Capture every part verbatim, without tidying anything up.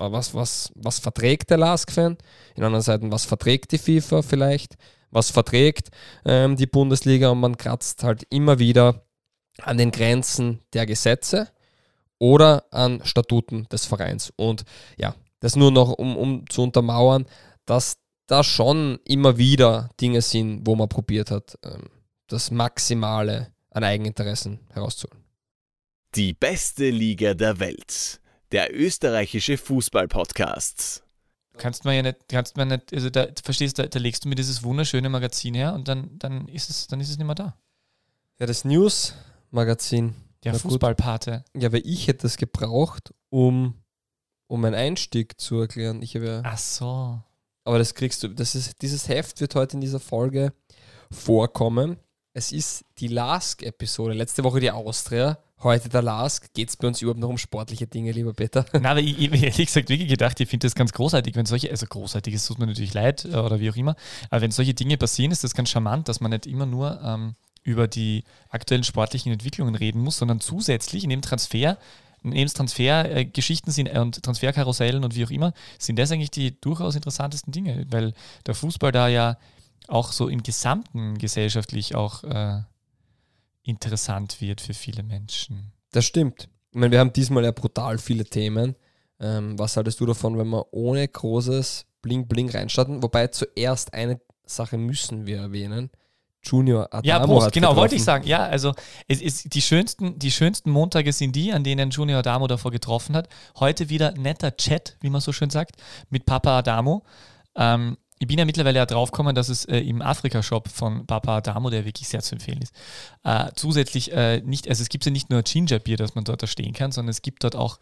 was, was, was verträgt der LASK-Fan? In anderen Seiten, was verträgt die FIFA vielleicht? Was verträgt ähm, die Bundesliga? Und man kratzt halt immer wieder an den Grenzen der Gesetze oder an Statuten des Vereins. Und ja, das nur noch, um, um zu untermauern, dass da schon immer wieder Dinge sind, wo man probiert hat, ähm, das Maximale an Eigeninteressen herauszuholen. Die beste Liga der Welt. Der österreichische Fußball-Podcast. Kannst man ja nicht, kannst man nicht, also da verstehst du, da legst du mir dieses wunderschöne Magazin her und dann, dann ist es, dann ist es nicht mehr da. Ja, das News-Magazin. Der Fußballpate. Ja, weil ich hätte es gebraucht, um, um einen Einstieg zu erklären. Ich habe ja, Ach so. aber das kriegst du, das ist, dieses Heft wird heute in dieser Folge vorkommen. Es ist die LASK-Episode. Letzte Woche die Austria, heute der LASK. Geht es bei uns überhaupt noch um sportliche Dinge, lieber Peter? Nein, aber ich, ich ehrlich gesagt wirklich gedacht, ich finde das ganz großartig, wenn solche, also großartig, es tut mir natürlich leid oder wie auch immer, aber wenn solche Dinge passieren, ist das ganz charmant, dass man nicht immer nur ähm, über die aktuellen sportlichen Entwicklungen reden muss, sondern zusätzlich neben Transfer, neben Transfergeschichten sind und Transferkarussellen und wie auch immer, sind das eigentlich die durchaus interessantesten Dinge, weil der Fußball da ja auch so im Gesamten gesellschaftlich auch äh, interessant wird für viele Menschen. Das stimmt. Ich meine, wir haben diesmal ja brutal viele Themen. Ähm, was haltest du davon, wenn wir ohne großes Bling-Bling reinstarten? Wobei zuerst eine Sache müssen wir erwähnen. Junior Adamo ja, Prost, hat genau, getroffen. wollte ich sagen. Ja, also es ist die schönsten, die schönsten Montage sind die, an denen Junior Adamo davor getroffen hat. Heute wieder netter Chat, wie man so schön sagt, mit Papa Adamo. Ähm, ich bin ja mittlerweile ja draufgekommen, dass es äh, im Afrika-Shop von Papa Adamo, der wirklich sehr zu empfehlen ist, äh, zusätzlich äh, nicht, also es gibt ja nicht nur Ginger-Bier, das man dort da stehen kann, sondern es gibt dort auch,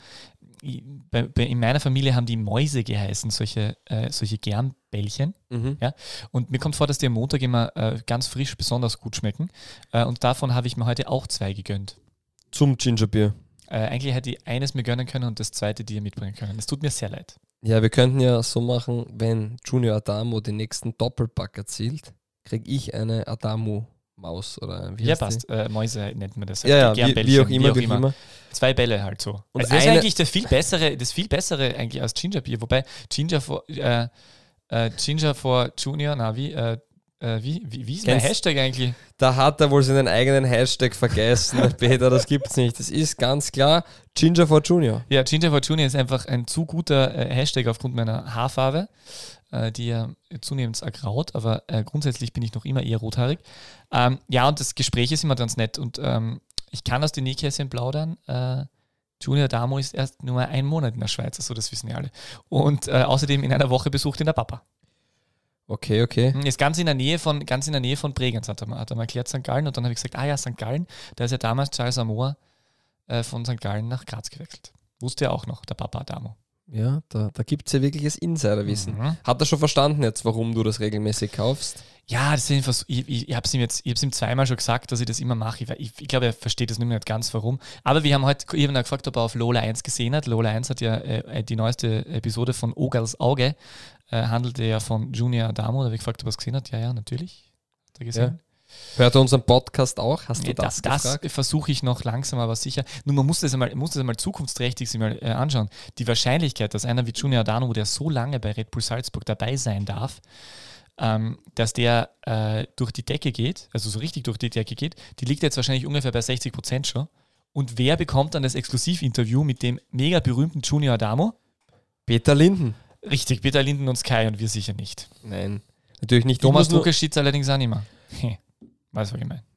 bei, bei, in meiner Familie haben die Mäuse geheißen, solche, äh, solche Gernbällchen. Mhm. Ja? Und mir kommt vor, dass die am Montag immer äh, ganz frisch besonders gut schmecken. Äh, und davon habe ich mir heute auch zwei gegönnt. Zum Gingerbier. Äh, eigentlich hätte ich eines mir gönnen können und das zweite dir mitbringen können. Es tut mir sehr leid. Ja, wir könnten ja so machen, wenn Junior Adamo den nächsten Doppelpack erzielt, kriege ich eine Adamo-Maus oder wie Ja, heißt passt. Äh, Mäuse nennt man das. Ja, ja, wie, Gernbällchen, wie auch immer, wie auch immer. Zwei Bälle halt so. Und also das ist eine- eigentlich das viel bessere, das viel bessere eigentlich als Gingerbier, wobei Ginger for, äh, äh, Ginger for Junior, na wie, äh, äh, wie, wie, wie ist mein Kennst- Hashtag eigentlich? Da hat er wohl seinen eigenen Hashtag vergessen. Peter, das gibt's nicht. Das ist ganz klar Ginger for Junior. Ja, Ginger for Junior ist einfach ein zu guter äh, Hashtag aufgrund meiner Haarfarbe, äh, die ja zunehmend ergraut, aber äh, grundsätzlich bin ich noch immer eher rothaarig. Ähm, ja, und das Gespräch ist immer ganz nett und ähm, ich kann aus den Nähkästchen plaudern. Äh, Junior Adamo ist erst nur ein Monat in der Schweiz, also das wissen ja alle. Und äh, außerdem in einer Woche besucht ihn der Papa. Okay, okay. Ist ganz in der Nähe von, ganz in der Nähe von Bregenz, hat er mal, hat er mal erklärt, Sankt Gallen. Und dann habe ich gesagt, ah ja, Sankt Gallen, da ist ja damals Charles Amour äh, von Sankt Gallen nach Graz gewechselt. Wusste er auch noch, der Papa Adamo. Ja, da, da gibt es ja wirkliches Insiderwissen. Mhm. Hat er schon verstanden jetzt, warum du das regelmäßig kaufst? Ja, das ist einfach, ich, ich, ich habe es ihm jetzt, ich habe es ihm zweimal schon gesagt, dass ich das immer mache. Ich, ich, ich glaube, er versteht das nicht ganz, warum. Aber wir haben heute, ich habe ihn gefragt, ob er auf Lola eins gesehen hat. Lola eins hat ja äh, die neueste Episode von Ogals Auge, äh, handelte ja von Junior Adamo. Da habe ich gefragt, ob er es gesehen hat. Ja, ja, natürlich. Hat er gesehen. Ja. Hört er unseren Podcast auch? Hast du Ja, das, das gefragt? das versuche ich noch langsam, aber sicher. Nur man muss das einmal, muss das einmal zukunftsträchtig sich mal äh, anschauen. Die Wahrscheinlichkeit, dass einer wie Junior Adamo, der so lange bei Red Bull Salzburg dabei sein darf, ähm, dass der äh, durch die Decke geht, also so richtig durch die Decke geht, die liegt jetzt wahrscheinlich ungefähr bei sechzig Prozent schon. Und wer bekommt dann das Exklusivinterview mit dem mega berühmten Junior Adamo? Peter Linden. Richtig, Peter Linden und Sky und wir sicher nicht. Nein, natürlich nicht. Thomas Ich muss nur- Drucker steht allerdings auch nicht mehr. Weiß, was ich meine.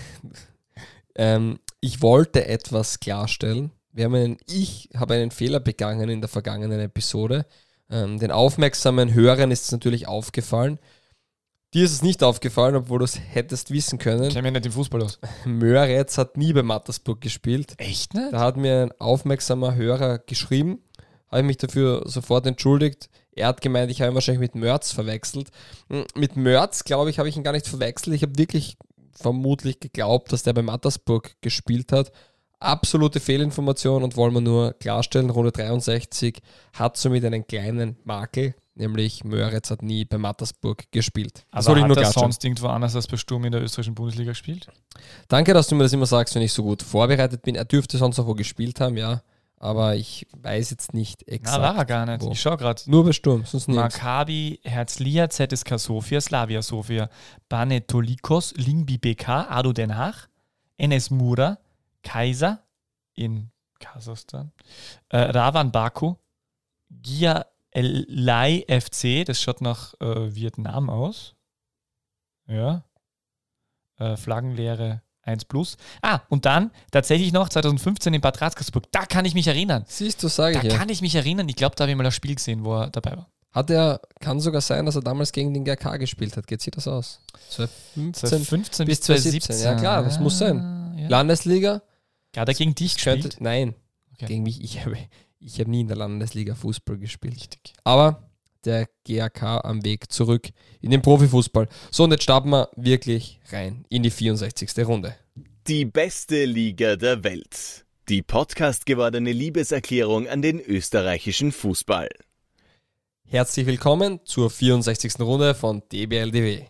Ähm, ich wollte etwas klarstellen. Wir haben einen, ich habe einen Fehler begangen in der vergangenen Episode. Ähm, den aufmerksamen Hörern ist es natürlich aufgefallen. Dir ist es nicht aufgefallen, obwohl du es hättest wissen können. Ich kenne mich nicht im Fußball aus. Möretz hat nie bei Mattersburg gespielt. Echt nicht? Da hat mir ein aufmerksamer Hörer geschrieben, habe ich mich dafür sofort entschuldigt. Er hat gemeint, ich habe ihn wahrscheinlich mit Mörz verwechselt. Mit Mörz, glaube ich, habe ich ihn gar nicht verwechselt. Ich habe wirklich vermutlich geglaubt, dass der bei Mattersburg gespielt hat. Absolute Fehlinformation und wollen wir nur klarstellen, Runde dreiundsechzig hat somit einen kleinen Makel, nämlich Möretz hat nie bei Mattersburg gespielt. Das Aber wollte ich hat nur er klarstellen. sonst irgendwo anders als bei Sturm in der österreichischen Bundesliga gespielt? Danke, dass du mir das immer sagst, wenn ich so gut vorbereitet bin. Er dürfte sonst auch wo gespielt haben, ja. aber ich weiß jetzt nicht exakt. Na, war er gar nicht. Wo. Ich schaue gerade. Nur bei Sturm, sonst nirgends. Maccabi, Herzliya, Z S K Sofia, Slavia Sofia, Panetolikos, Lyngby B K, Ado Den Haag, N S Mura, Kaiser in Kasachstan, äh, Ravan Baku, Gia Lai F C, das schaut nach äh, Vietnam aus. Ja. Äh, Flaggenlehre eins plus. Ah, und dann tatsächlich noch zwanzig fünfzehn in Bad Radkersburg. Da kann ich mich erinnern. Siehst du, sage Da ich ja. kann ich mich erinnern. Ich glaube, da habe ich mal ein Spiel gesehen, wo er dabei war. Hat er, kann sogar sein, dass er damals gegen den G R K gespielt hat. Geht sich das aus? zwanzig fünfzehn fünfzehn bis zwanzig siebzehn. Ja klar, das muss sein. Ja. Landesliga. Hat er gegen dich Könnte, gespielt? nein, Okay. gegen mich. Ich habe ich hab nie in der Landesliga Fußball gespielt. Richtig. Aber der G R K am Weg zurück in den Profifußball. So, und jetzt starten wir wirklich rein in die vierundsechzigste Runde. Die beste Liga der Welt. Die Podcast-gewordene Liebeserklärung an den österreichischen Fußball. Herzlich willkommen zur vierundsechzigsten Runde von D B L D W.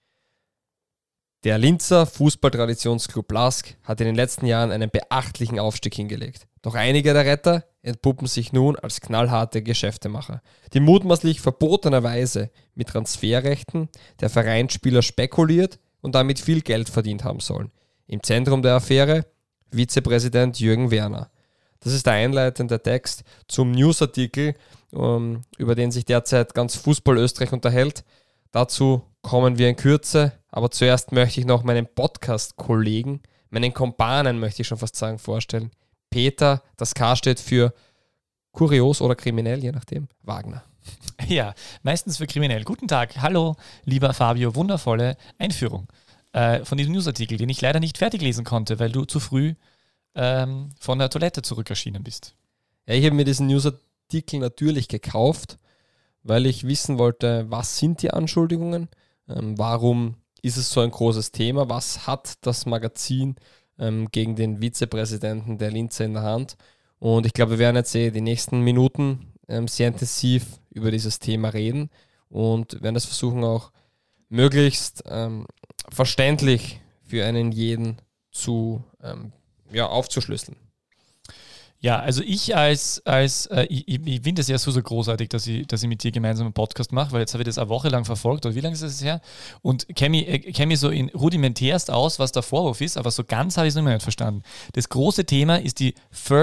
Der Linzer Fußballtraditionsclub Lask hat in den letzten Jahren einen beachtlichen Aufstieg hingelegt. Doch einige der Retter entpuppen sich nun als knallharte Geschäftemacher, die mutmaßlich verbotenerweise mit Transferrechten der Vereinsspieler spekuliert und damit viel Geld verdient haben sollen. Im Zentrum der Affäre Vizepräsident Jürgen Werner. Das ist der einleitende Text zum Newsartikel, um, über den sich derzeit ganz Fußball Österreich unterhält. Dazu kommen wir in Kürze, aber zuerst möchte ich noch meinen Podcast-Kollegen, meinen Kompanen möchte ich schon fast sagen, vorstellen. Peter, das K steht für kurios oder kriminell, je nachdem, Wagner. Ja, meistens für kriminell. Guten Tag, hallo, lieber Fabio, wundervolle Einführung äh, von diesem Newsartikel, den ich leider nicht fertig lesen konnte, weil du zu früh ähm, von der Toilette zurück erschienen bist. Ja, ich habe mir diesen Newsartikel natürlich gekauft, weil ich wissen wollte, was sind die Anschuldigungen, ähm, warum ist es so ein großes Thema, was hat das Magazin ähm, gegen den Vizepräsidenten der Linzer in der Hand. Und ich glaube, wir werden jetzt eh die nächsten Minuten ähm, sehr intensiv über dieses Thema reden und werden das versuchen auch möglichst ähm, verständlich für einen jeden zu ähm, ja, aufzuschlüsseln. Ja, also ich als, als äh, ich, ich finde es ja so, so großartig, dass ich, dass ich mit dir gemeinsam einen Podcast mache, weil jetzt habe ich das eine Woche lang verfolgt, oder wie lange ist das her? Und kenne mich, äh, kenn mich so in rudimentärst aus, was der Vorwurf ist, aber so ganz habe ich es noch immer nicht verstanden. Das große Thema ist die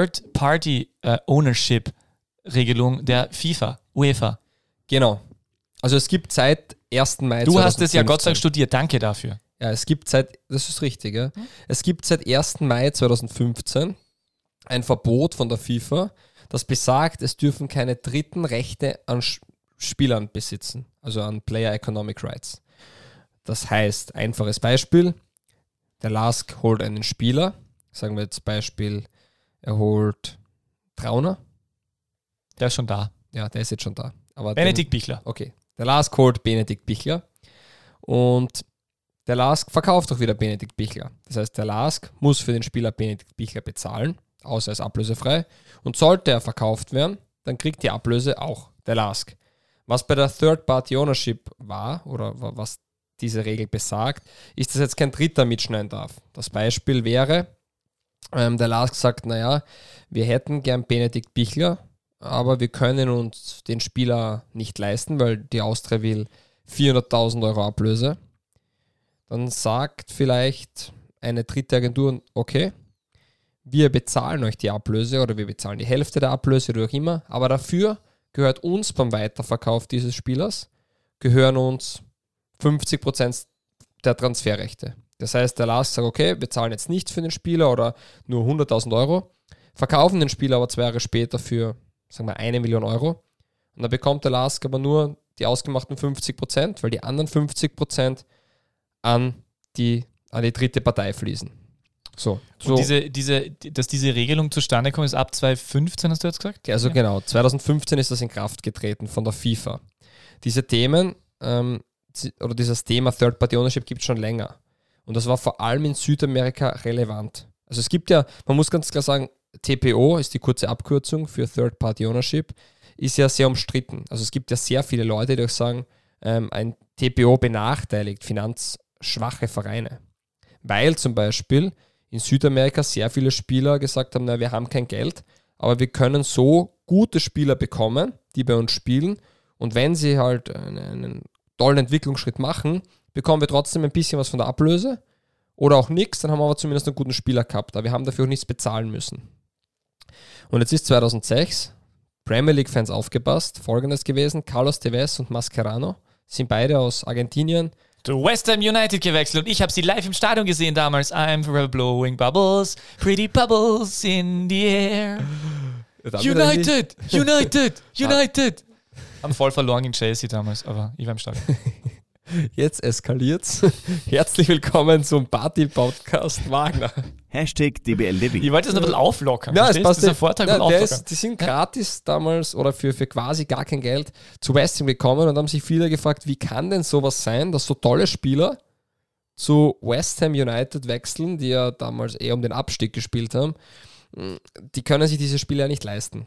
Third-Party-Ownership-Regelung der FIFA, UEFA. Genau. Also es gibt seit ersten Mai Du hast es ja Gott sei zweitausendfünfzehn Dank studiert, danke dafür. Ja, es gibt seit, das ist richtig, ja. Es gibt seit ersten Mai zweitausendfünfzehn ein Verbot von der FIFA, das besagt, es dürfen keine dritten Rechte an Spielern besitzen, also an Player Economic Rights. Das heißt, einfaches Beispiel, der Lask holt einen Spieler, sagen wir jetzt Beispiel, er holt Trauner. Der ist schon da. Ja, der ist jetzt schon da. Aber Benedikt den, Bichler. Okay, der Lask holt Benedikt Bichler und der Lask verkauft auch wieder Benedikt Bichler. Das heißt, der Lask muss für den Spieler Benedikt Bichler bezahlen, außer er ist ablösefrei. Und sollte er verkauft werden, dann kriegt die Ablöse auch der Lask. Was bei der Third-Party-Ownership war, oder was diese Regel besagt, ist, dass jetzt kein Dritter mitschneiden darf. Das Beispiel wäre, ähm, der Lask sagt, naja, wir hätten gern Benedikt Bichler, aber wir können uns den Spieler nicht leisten, weil die Austria will vierhunderttausend Euro Ablöse. Dann sagt vielleicht eine dritte Agentur, okay, wir bezahlen euch die Ablöse oder wir bezahlen die Hälfte der Ablöse oder auch immer, aber dafür gehört uns beim Weiterverkauf dieses Spielers, gehören uns fünfzig Prozent der Transferrechte. Das heißt, der Lask sagt, okay, wir zahlen jetzt nichts für den Spieler oder nur hunderttausend Euro, verkaufen den Spieler aber zwei Jahre später für, sagen wir, eine Million Euro und dann bekommt der Lask aber nur die ausgemachten fünfzig Prozent, weil die anderen fünfzig Prozent an die, an die dritte Partei fließen. So, so. Und diese, diese, dass diese Regelung zustande kommt, ist ab zweitausendfünfzehn, hast du jetzt gesagt? Also ja. Genau, zweitausendfünfzehn ist das in Kraft getreten von der FIFA. Diese Themen ähm, oder dieses Thema Third-Party-Ownership gibt es schon länger. Und das war vor allem in Südamerika relevant. Also es gibt ja, man muss ganz klar sagen, T P O ist die kurze Abkürzung für Third-Party-Ownership, ist ja sehr umstritten. Also es gibt ja sehr viele Leute, die auch sagen, ähm, ein T P O benachteiligt finanzschwache Vereine. Weil zum Beispiel in Südamerika sehr viele Spieler gesagt haben, na, wir haben kein Geld, aber wir können so gute Spieler bekommen, die bei uns spielen, und wenn sie halt einen, einen tollen Entwicklungsschritt machen, bekommen wir trotzdem ein bisschen was von der Ablöse oder auch nichts, dann haben wir aber zumindest einen guten Spieler gehabt, aber wir haben dafür auch nichts bezahlen müssen. Und jetzt ist zweitausendsechs, Premier League-Fans aufgepasst, folgendes gewesen: Carlos Tevez und Mascherano sind beide aus Argentinien. Zu West Ham United gewechselt und ich habe sie live im Stadion gesehen damals. I'm forever blowing bubbles, pretty bubbles in the air. United, United, United. Haben voll verloren in Chelsea damals, aber ich war im Stadion. Jetzt eskaliert's. Herzlich willkommen zum Party-Podcast Wagner. Hashtag D B L D W. Ich wollte es noch ein bisschen auflockern. Ja, es passt. Dieser Vortrag ja, auflockern. ist, die sind gratis damals oder für, für quasi gar kein Geld zu West Ham gekommen und haben sich viele gefragt, wie kann denn sowas sein, dass so tolle Spieler zu West Ham United wechseln, die ja damals eher um den Abstieg gespielt haben. Die können sich diese Spiele ja nicht leisten.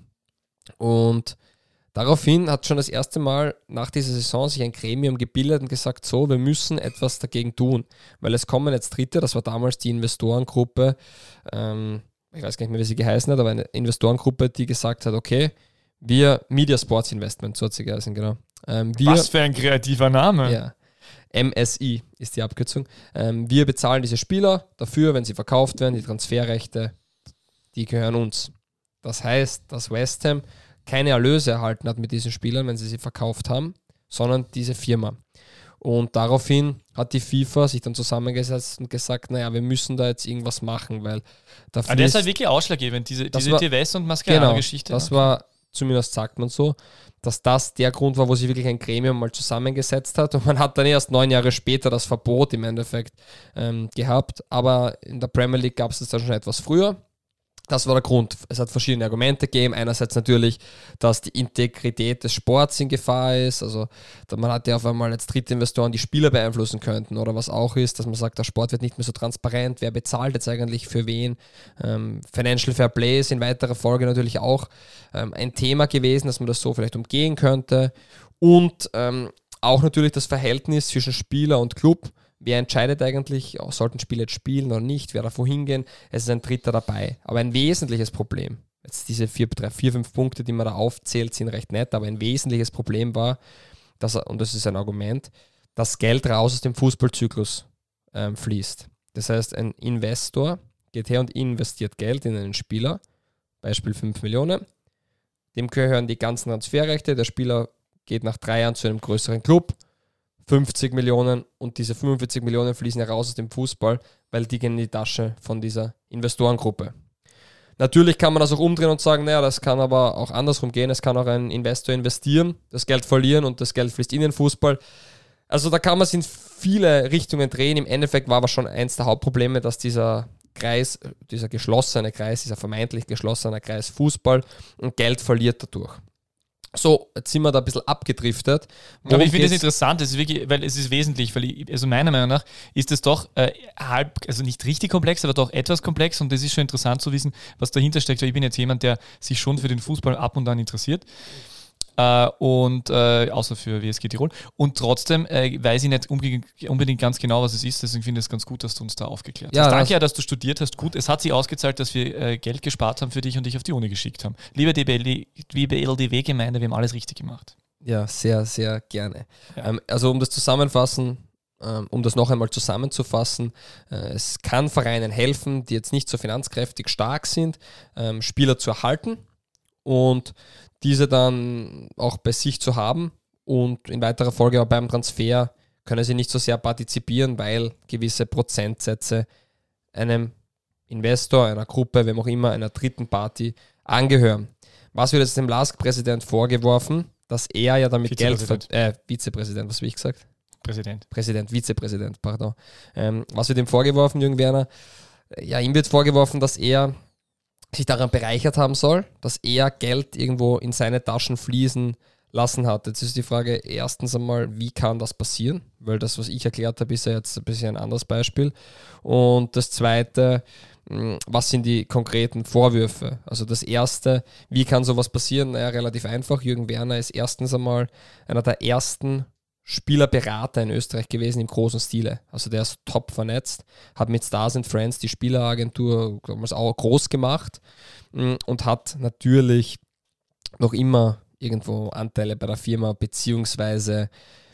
Und daraufhin hat schon das erste Mal nach dieser Saison sich ein Gremium gebildet und gesagt, so, wir müssen etwas dagegen tun, weil es kommen jetzt Dritte, das war damals die Investorengruppe, ähm, ich weiß gar nicht mehr, wie sie geheißen hat, aber eine Investorengruppe, die gesagt hat, okay, wir, Media Sports Investment, so hat sie geheißen, genau. Ähm, wir, Was für ein kreativer Name. Ja, M S I ist die Abkürzung. Ähm, wir bezahlen diese Spieler dafür, wenn sie verkauft werden, die Transferrechte, die gehören uns. Das heißt, dass West Ham keine Erlöse erhalten hat mit diesen Spielern, wenn sie sie verkauft haben, sondern diese Firma. Und daraufhin hat die FIFA sich dann zusammengesetzt und gesagt, naja, wir müssen da jetzt irgendwas machen, weil da Aber der ist halt wirklich ausschlaggebend, diese, diese war, Tevez und Mascherano-Geschichte. Genau, das war, zumindest sagt man so, dass das der Grund war, wo sich wirklich ein Gremium mal zusammengesetzt hat, und man hat dann erst neun Jahre später das Verbot im Endeffekt ähm, gehabt, aber in der Premier League gab es das dann schon etwas früher. Das war der Grund. Es hat verschiedene Argumente gegeben. Einerseits natürlich, dass die Integrität des Sports in Gefahr ist. Also man hat ja auf einmal jetzt Drittinvestoren, die Spieler beeinflussen könnten. Oder was auch ist, dass man sagt, der Sport wird nicht mehr so transparent. Wer bezahlt jetzt eigentlich für wen? Ähm, Financial Fair Play ist in weiterer Folge natürlich auch ähm, ein Thema gewesen, dass man das so vielleicht umgehen könnte. Und ähm, auch natürlich das Verhältnis zwischen Spieler und Club. Wer entscheidet eigentlich, sollten Spieler jetzt spielen oder nicht, wer darf wohin gehen? Es ist ein Dritter dabei. Aber ein wesentliches Problem, jetzt diese vier, drei, vier, fünf Punkte, die man da aufzählt, sind recht nett, aber ein wesentliches Problem war, dass, und das ist ein Argument, dass Geld raus aus dem Fußballzyklus ähm, fließt. Das heißt, ein Investor geht her und investiert Geld in einen Spieler, Beispiel fünf Millionen, dem gehören die ganzen Transferrechte, der Spieler geht nach drei Jahren zu einem größeren Club, fünfzig Millionen, und diese fünfundvierzig Millionen fließen ja raus aus dem Fußball, weil die gehen in die Tasche von dieser Investorengruppe. Natürlich kann man das auch umdrehen und sagen, naja, das kann aber auch andersrum gehen. Es kann auch ein Investor investieren, das Geld verlieren und das Geld fließt in den Fußball. Also da kann man es in viele Richtungen drehen. Im Endeffekt war aber schon eins der Hauptprobleme, dass dieser Kreis, dieser geschlossene Kreis, dieser vermeintlich geschlossene Kreis Fußball und Geld verliert dadurch. So, jetzt sind wir da ein bisschen abgedriftet. Aber ich finde es interessant, das ist wirklich, weil es ist wesentlich, weil ich, also meiner Meinung nach ist es doch äh, halb, also nicht richtig komplex, aber doch etwas komplex, und das ist schon interessant zu wissen, was dahinter steckt, weil ich bin jetzt jemand, der sich schon für den Fußball ab und an interessiert. Äh, und äh, außer für W S G Tirol. Und trotzdem äh, weiß ich nicht unbedingt ganz genau, was es ist. Deswegen finde ich es ganz gut, dass du uns da aufgeklärt ja, hast. Danke ja, dass du studiert hast. Gut, es hat sich ausgezahlt, dass wir äh, Geld gespart haben für dich und dich auf die Uni geschickt haben. Liebe D B L D W-Gemeinde, wir haben alles richtig gemacht. Ja, sehr, sehr gerne. Ja. Ähm, also um das zusammenfassen, ähm, um das noch einmal zusammenzufassen, äh, es kann Vereinen helfen, die jetzt nicht so finanzkräftig stark sind, ähm, Spieler zu erhalten und diese dann auch bei sich zu haben, und in weiterer Folge aber beim Transfer können sie nicht so sehr partizipieren, weil gewisse Prozentsätze einem Investor, einer Gruppe, wem auch immer, einer dritten Party angehören. Was wird jetzt dem Lask-Präsident vorgeworfen, dass er ja damit Geld verdient, äh, Vizepräsident, was habe ich gesagt? Präsident. Präsident, Vizepräsident, pardon. Ähm, was wird ihm vorgeworfen, Jürgen Werner? Ja, ihm wird vorgeworfen, dass er sich daran bereichert haben soll, dass er Geld irgendwo in seine Taschen fließen lassen hat. Jetzt ist die Frage erstens einmal, wie kann das passieren? Weil das, was ich erklärt habe, ist ja jetzt ein bisschen ein anderes Beispiel. Und das Zweite, was sind die konkreten Vorwürfe? Also das Erste, wie kann sowas passieren? Naja, relativ einfach. Jürgen Werner ist erstens einmal einer der ersten Spielerberater in Österreich gewesen im großen Stile. Also der ist top vernetzt, hat mit Stars and Friends die Spieleragentur damals auch groß gemacht und hat natürlich noch immer irgendwo Anteile bei der Firma, beziehungsweise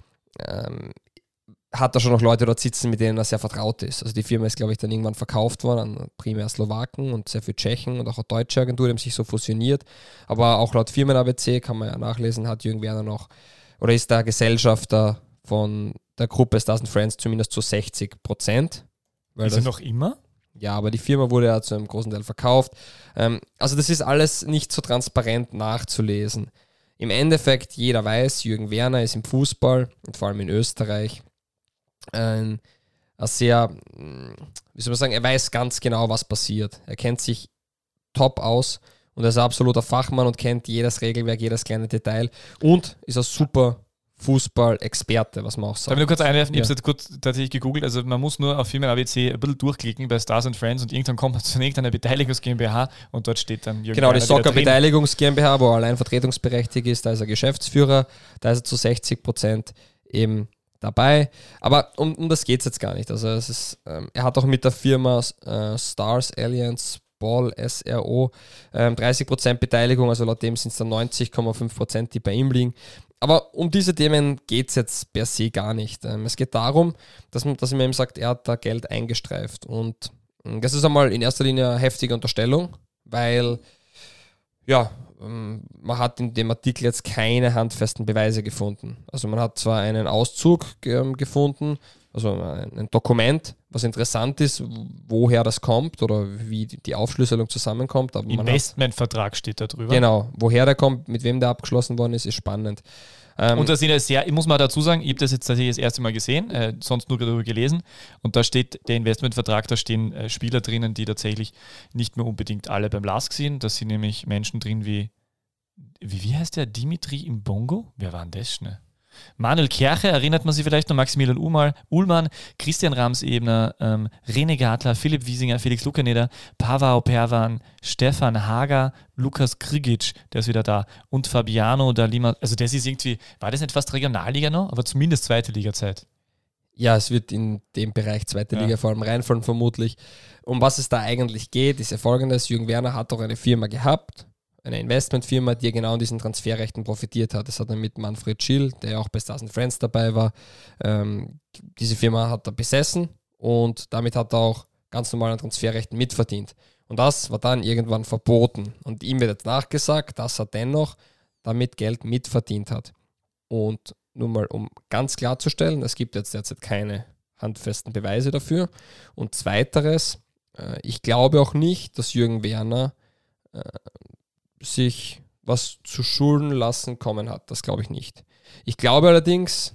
ähm, hat er schon noch Leute dort sitzen, mit denen er sehr vertraut ist. Also die Firma ist, glaube ich, dann irgendwann verkauft worden an primär Slowaken und sehr viel Tschechen und auch eine deutsche Agentur, die haben sich so fusioniert. Aber auch laut Firmen-A B C, kann man ja nachlesen, hat Jürgen Werner noch, oder ist der Gesellschafter von der Gruppe Stars and Friends zumindest zu sechzig Prozent. Ist er noch immer? Ja, aber die Firma wurde ja zu einem großen Teil verkauft. Ähm, also das ist alles nicht so transparent nachzulesen. Im Endeffekt, jeder weiß, Jürgen Werner ist im Fußball und vor allem in Österreich ein, ein sehr, wie soll man sagen, er weiß ganz genau, was passiert. Er kennt sich top aus und er ist ein absoluter Fachmann und kennt jedes Regelwerk, jedes kleine Detail und ist ein super Fußball-Experte, was man auch sagt. Darf ich nur kurz einwerfen? Ja. Ich habe es jetzt kurz tatsächlich gegoogelt. Also man muss nur auf Firmen-A B C ein bisschen durchklicken bei Stars and Friends und irgendwann kommt man zu irgendeiner Beteiligungs GmbH und dort steht dann Jürgen Genau, Werner die wieder Soccer drin. Beteiligungs GmbH, wo er allein vertretungsberechtigt ist, da ist er Geschäftsführer, da ist er zu sechzig Prozent eben dabei. Aber um, um das geht es jetzt gar nicht. Also es ist, ähm, er hat auch mit der Firma äh, Stars Alliance Ball S R O ähm, dreißig Prozent Beteiligung, also laut dem sind es dann neunzig Komma fünf Prozent, die bei ihm liegen. Aber um diese Themen geht es jetzt per se gar nicht. Ähm, es geht darum, dass man, dass man ihm sagt, er hat da Geld eingestreift. Und ähm, das ist einmal in erster Linie eine heftige Unterstellung, weil ja, ähm, man hat in dem Artikel jetzt keine handfesten Beweise gefunden. Also man hat zwar einen Auszug ähm, gefunden, also ein, ein Dokument, was interessant ist, woher das kommt oder wie die, die Aufschlüsselung zusammenkommt. Aber Investmentvertrag steht da drüber. Genau, woher der kommt, mit wem der abgeschlossen worden ist, ist spannend. Ähm, Und da sind ja sehr, ich muss mal dazu sagen, ich habe das jetzt tatsächlich das erste Mal gesehen, äh, sonst nur darüber gelesen. Und da steht der Investmentvertrag, da stehen äh, Spieler drinnen, die tatsächlich nicht mehr unbedingt alle beim L A S K sind. Da sind nämlich Menschen drin wie, wie, wie heißt der, Dimitri Mbongo? Wer war denn das schnell? Manuel Kerche, erinnert man sich vielleicht noch, Maximilian Uhlmann, Uhlmann Christian Ramsebner, ähm, René Gadler, Philipp Wiesinger, Felix Lukaneder, Pavao Perwan, Stefan Hager, Lukas Krigic, der ist wieder da, und Fabiano da Lima, also das ist irgendwie, war das nicht fast Regionalliga noch, aber zumindest zweite Liga-Zeit. Ja, es wird in dem Bereich zweite Ja. Liga vor allem reinfallen vermutlich. Um was es da eigentlich geht, ist ja folgendes: Jürgen Werner hat auch eine Firma gehabt, eine Investmentfirma, die genau an diesen Transferrechten profitiert hat. Das hat er mit Manfred Schill, der ja auch bei Stars and Friends dabei war, ähm, diese Firma hat er besessen und damit hat er auch ganz normal an Transferrechten mitverdient. Und das war dann irgendwann verboten. Und ihm wird jetzt nachgesagt, dass er dennoch damit Geld mitverdient hat. Und nur mal, um ganz klarzustellen, es gibt jetzt derzeit keine handfesten Beweise dafür. Und zweiteres, äh, ich glaube auch nicht, dass Jürgen Werner äh, sich was zu Schulden lassen kommen hat. Das glaube ich nicht. Ich glaube allerdings,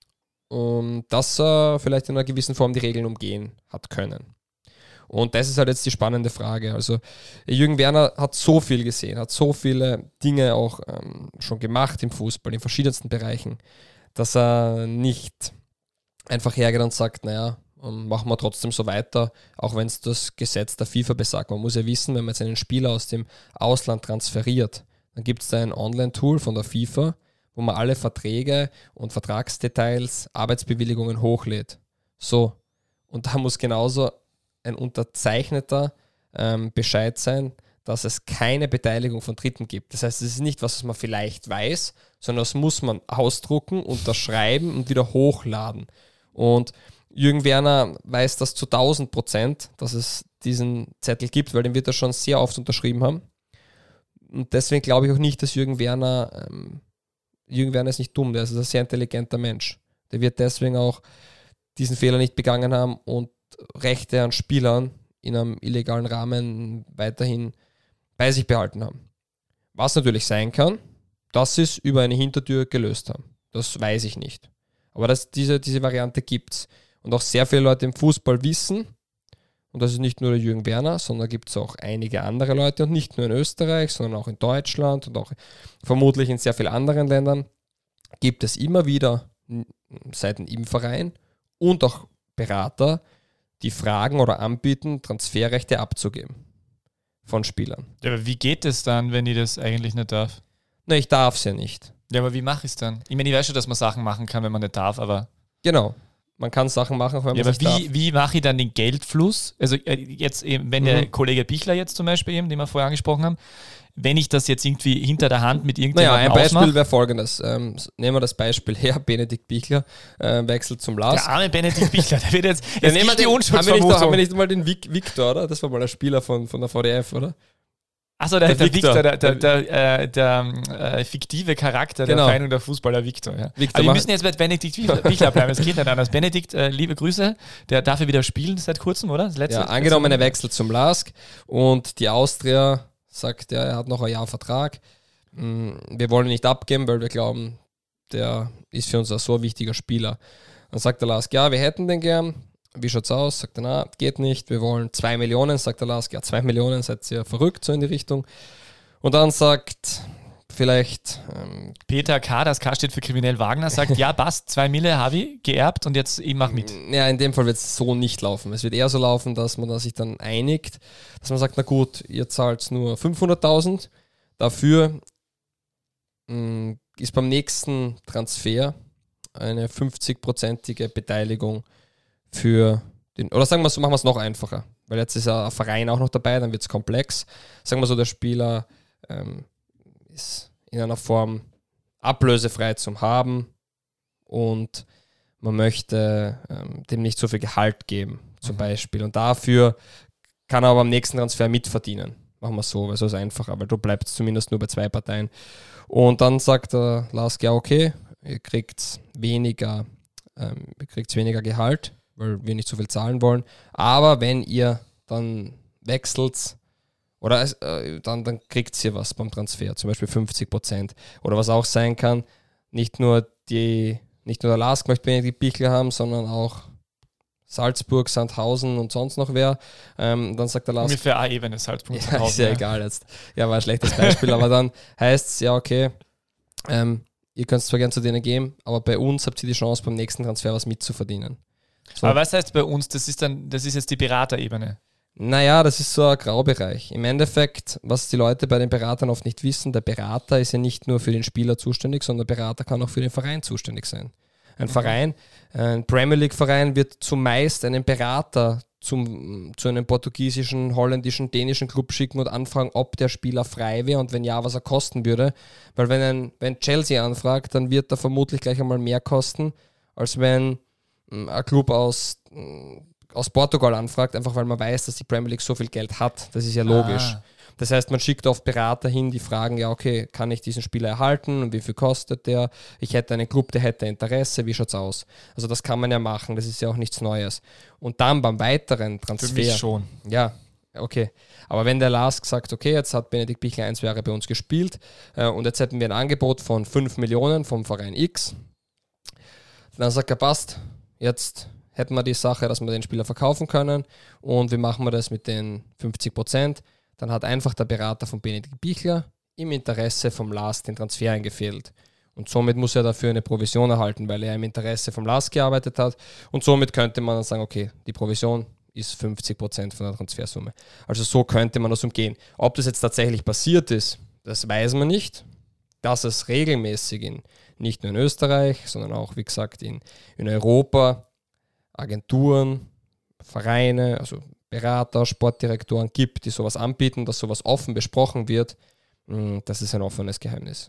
um, dass er vielleicht in einer gewissen Form die Regeln umgehen hat können. Und das ist halt jetzt die spannende Frage. Also Jürgen Werner hat so viel gesehen, hat so viele Dinge auch ähm, schon gemacht im Fußball, in verschiedensten Bereichen, dass er nicht einfach hergeht und sagt, naja, machen wir trotzdem so weiter, auch wenn es das Gesetz der FIFA besagt. Man muss ja wissen, wenn man jetzt einen Spieler aus dem Ausland transferiert, dann gibt es da ein Online-Tool von der FIFA, wo man alle Verträge und Vertragsdetails, Arbeitsbewilligungen hochlädt. So, und da muss genauso ein unterzeichneter ähm, Bescheid sein, dass es keine Beteiligung von Dritten gibt. Das heißt, es ist nicht was, was man vielleicht weiß, sondern das muss man ausdrucken, unterschreiben und wieder hochladen. Und Jürgen Werner weiß das zu tausend Prozent, dass es diesen Zettel gibt, weil den wird er schon sehr oft unterschrieben haben. Und deswegen glaube ich auch nicht, dass Jürgen Werner, ähm, Jürgen Werner ist nicht dumm, der ist ein sehr intelligenter Mensch. Der wird deswegen auch diesen Fehler nicht begangen haben und Rechte an Spielern in einem illegalen Rahmen weiterhin bei sich behalten haben. Was natürlich sein kann, dass sie es über eine Hintertür gelöst haben. Das weiß ich nicht. Aber das, diese, diese Variante gibt es. Und auch sehr viele Leute im Fußball wissen, und das ist nicht nur der Jürgen Werner, sondern gibt es auch einige andere Leute und nicht nur in Österreich, sondern auch in Deutschland und auch vermutlich in sehr vielen anderen Ländern, gibt es immer wieder Seiten im Verein und auch Berater, die fragen oder anbieten, Transferrechte abzugeben von Spielern. Ja, aber wie geht es dann, wenn ich das eigentlich nicht darf? Na, ich darf es ja nicht. Ja, aber wie mache ich es dann? Ich meine, ich weiß schon, dass man Sachen machen kann, wenn man nicht darf, aber... Genau. Man kann Sachen machen, auch wenn ja, man aber nicht wie, darf. wie mache ich dann den Geldfluss? Also äh, jetzt eben, wenn Mhm. der Kollege Bichler jetzt zum Beispiel eben, den wir vorher angesprochen haben, wenn ich das jetzt irgendwie hinter der Hand mit Naja, irgendjemandem ein Beispiel ausmache, wäre folgendes. Ähm, nehmen wir das Beispiel her, Benedikt Bichler äh, wechselt zum L A S der arme Benedikt Bichler, der wird jetzt, Ja, jetzt nehmen wir gilt die den, haben, wir nicht, haben Unschuldsvermutung. wir nicht mal den Vic, Victor, oder? Das war mal ein Spieler von, von der V D F, oder? Achso, der, der der Victor, Victor. der, der, der, äh, der äh, fiktive Charakter Genau. der Vereinigung der Fußballer Victor. Ja. Victor Aber wir mach- müssen jetzt bei Benedikt Bichler bleiben, es geht nicht anders. Benedikt, äh, liebe Grüße, der darf ja wieder spielen seit kurzem, oder? Das letzte, Ja, angenommen, er wechselt zum L A S K und die Austria sagt, ja, er hat noch ein Jahr Vertrag. Mm, Wir wollen ihn nicht abgeben, weil wir glauben, der ist für uns ein so wichtiger Spieler. Dann sagt der L A S K, ja, wir hätten den gern. Wie schaut's aus? Sagt er, na, geht nicht. Wir wollen zwei Millionen. Sagt der L A S K, ja, zwei Millionen, seid ihr verrückt, so in die Richtung. Und dann sagt vielleicht ähm, Peter K., das K steht für kriminell Wagner, sagt, ja, passt, zwei Mille habe ich geerbt und jetzt ich mach mit. Ja, in dem Fall wird es so nicht laufen. Es wird eher so laufen, dass man da sich dann einigt, dass man sagt, na gut, ihr zahlt nur fünfhunderttausend, dafür mh, ist beim nächsten Transfer eine fünfzig-prozentige Beteiligung für den, oder sagen wir so, machen wir es noch einfacher, weil jetzt ist ja ein Verein auch noch dabei, dann wird es komplex. Sagen wir so, der Spieler ähm, ist in einer Form ablösefrei zum Haben und man möchte ähm, dem nicht so viel Gehalt geben, zum Mhm. Beispiel. Und dafür kann er aber am nächsten Transfer mitverdienen. Machen wir es so, weil so ist es einfacher, weil du bleibst zumindest nur bei zwei Parteien. Und dann sagt der L A S K, ja okay, ihr kriegt weniger, ähm, ihr kriegt weniger Gehalt, weil wir nicht so viel zahlen wollen. Aber wenn ihr dann wechselt, oder es, äh, dann, dann kriegt ihr was beim Transfer, zum Beispiel fünfzig Prozent. Oder was auch sein kann, nicht nur, die, nicht nur der L A S K möchte Benedikt Bichler haben, sondern auch Salzburg, Sandhausen und sonst noch wer. Ähm, dann sagt der L A S K, Ungefähr A-Ebene, Salzburg. ja, ist ja egal jetzt. Ja, war ein schlechtes Beispiel, aber dann heißt es, ja okay, ähm, ihr könnt zwar gern zu denen gehen, aber bei uns habt ihr die Chance, beim nächsten Transfer was mitzuverdienen. So. Aber was heißt bei uns, das ist dann, das ist jetzt die Beraterebene. Naja, das ist so ein Graubereich. Im Endeffekt, was die Leute bei den Beratern oft nicht wissen, der Berater ist ja nicht nur für den Spieler zuständig, sondern der Berater kann auch für den Verein zuständig sein. Ein Mhm. Verein, ein Premier League Verein wird zumeist einen Berater zum, zu einem portugiesischen, holländischen, dänischen Club schicken und anfragen, ob der Spieler frei wäre und wenn ja, was er kosten würde. Weil wenn, ein, wenn Chelsea anfragt, dann wird er vermutlich gleich einmal mehr kosten, als wenn mh, ein Club aus, mh, aus Portugal anfragt, einfach weil man weiß, dass die Premier League so viel Geld hat. Das ist ja logisch. Ah. Das heißt, man schickt oft Berater hin, die fragen, ja okay, kann ich diesen Spieler erhalten und wie viel kostet der? Ich hätte einen Club, der hätte Interesse, wie schaut's aus? Also das kann man ja machen, das ist ja auch nichts Neues. Und dann beim weiteren Transfer... Für mich schon. Ja, okay. Aber wenn der L A S K sagt, okay, jetzt hat Benedikt Bichler ein, zwei Jahre bei uns gespielt äh, und jetzt hätten wir ein Angebot von fünf Millionen vom Verein X, dann sagt er, passt, jetzt hätten wir die Sache, dass wir den Spieler verkaufen können und wie machen wir das mit den fünfzig Prozent? Dann hat einfach der Berater von Benedikt Bichler im Interesse vom L A S K den Transfer eingefädelt. Und somit muss er dafür eine Provision erhalten, weil er im Interesse vom L A S K gearbeitet hat. Und somit könnte man dann sagen, okay, die Provision ist fünfzig Prozent von der Transfersumme. Also so könnte man das umgehen. Ob das jetzt tatsächlich passiert ist, das weiß man nicht. Dass es regelmäßig in, nicht nur in Österreich, sondern auch, wie gesagt, in, in Europa Agenturen, Vereine, also Berater, Sportdirektoren gibt, die sowas anbieten, dass sowas offen besprochen wird, das ist ein offenes Geheimnis.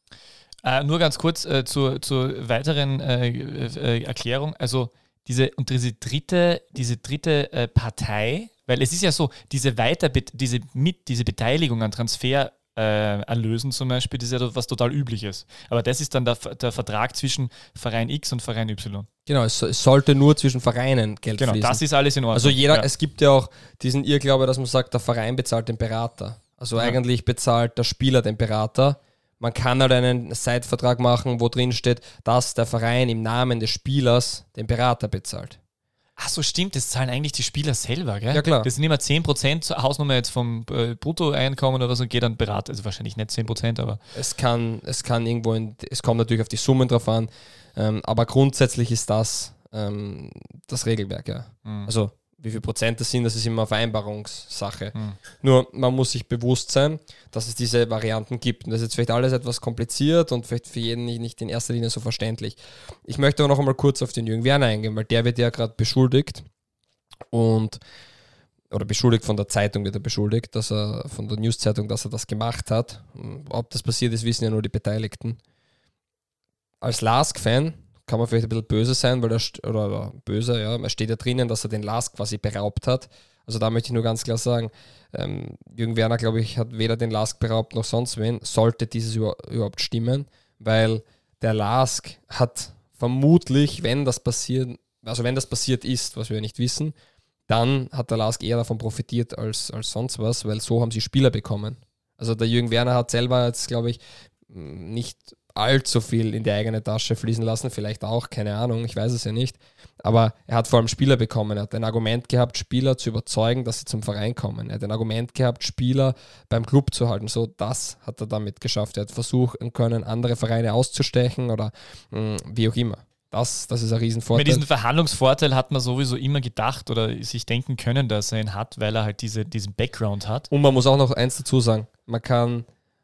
Äh, nur ganz kurz äh, zur, zur weiteren äh, äh, Erklärung. Also diese und diese dritte, diese dritte äh, Partei, weil es ist ja so, diese Weiter diese mit diese Beteiligung an Transfer äh, erlösen zum Beispiel, das ist ja was total Übliches. Aber das ist dann der, der Vertrag zwischen Verein X und Verein Y. Genau, es, es sollte nur zwischen Vereinen Geld Genau, fließen. das ist alles in Ordnung. Also jeder, ja. es gibt ja auch diesen Irrglaube, dass man sagt, der Verein bezahlt den Berater. Also Ja. eigentlich bezahlt der Spieler den Berater. Man kann halt einen Side-Vertrag machen, wo drin steht, dass der Verein im Namen des Spielers den Berater bezahlt. Ach so, stimmt, das zahlen eigentlich die Spieler selber, gell? Ja, klar. Das sind immer zehn Prozent Hausnummer jetzt vom äh, Bruttoeinkommen oder so, geht dann Berater. Also wahrscheinlich nicht zehn Prozent, aber... Es kann, es kann irgendwo, in, es kommt natürlich auf die Summen drauf an, ähm, aber grundsätzlich ist das ähm, das Regelwerk, ja. Mhm. Also Wie viel Prozent das sind, das ist immer Vereinbarungssache. Hm. Nur man muss sich bewusst sein, dass es diese Varianten gibt. Und das ist jetzt vielleicht alles etwas kompliziert und vielleicht für jeden nicht, nicht in erster Linie so verständlich. Ich möchte aber noch einmal kurz auf den Jürgen Werner eingehen, weil der wird ja gerade beschuldigt und oder beschuldigt von der Zeitung wird er beschuldigt, dass er von der News-Zeitung, dass er das gemacht hat. Ob das passiert ist, wissen ja nur die Beteiligten. Als Lask-Fan kann man vielleicht ein bisschen böse sein, weil da st- oder, oder böse, ja, es steht ja drinnen, dass er den Lask quasi beraubt hat. Also da möchte ich nur ganz klar sagen, ähm, Jürgen Werner, glaube ich, hat weder den Lask beraubt noch sonst wen, sollte dieses über- überhaupt stimmen, weil der Lask hat vermutlich, wenn das passiert, also wenn das passiert ist, was wir ja nicht wissen, dann hat der Lask eher davon profitiert als, als sonst was, weil so haben sie Spieler bekommen. Also der Jürgen Werner hat selber jetzt, glaube ich, nicht allzu viel in die eigene Tasche fließen lassen, vielleicht auch, keine Ahnung, ich weiß es ja nicht, aber er hat vor allem Spieler bekommen, er hat ein Argument gehabt, Spieler zu überzeugen, dass sie zum Verein kommen, er hat ein Argument gehabt, Spieler beim Club zu halten, so das hat er damit geschafft, er hat versuchen können, andere Vereine auszustechen oder mh, wie auch immer. Das, das ist ein Riesenvorteil. Mit diesem Verhandlungsvorteil hat man sowieso immer gedacht oder sich denken können, dass er ihn hat, weil er halt diese, diesen Background hat. Und man muss auch noch eins dazu sagen, man kann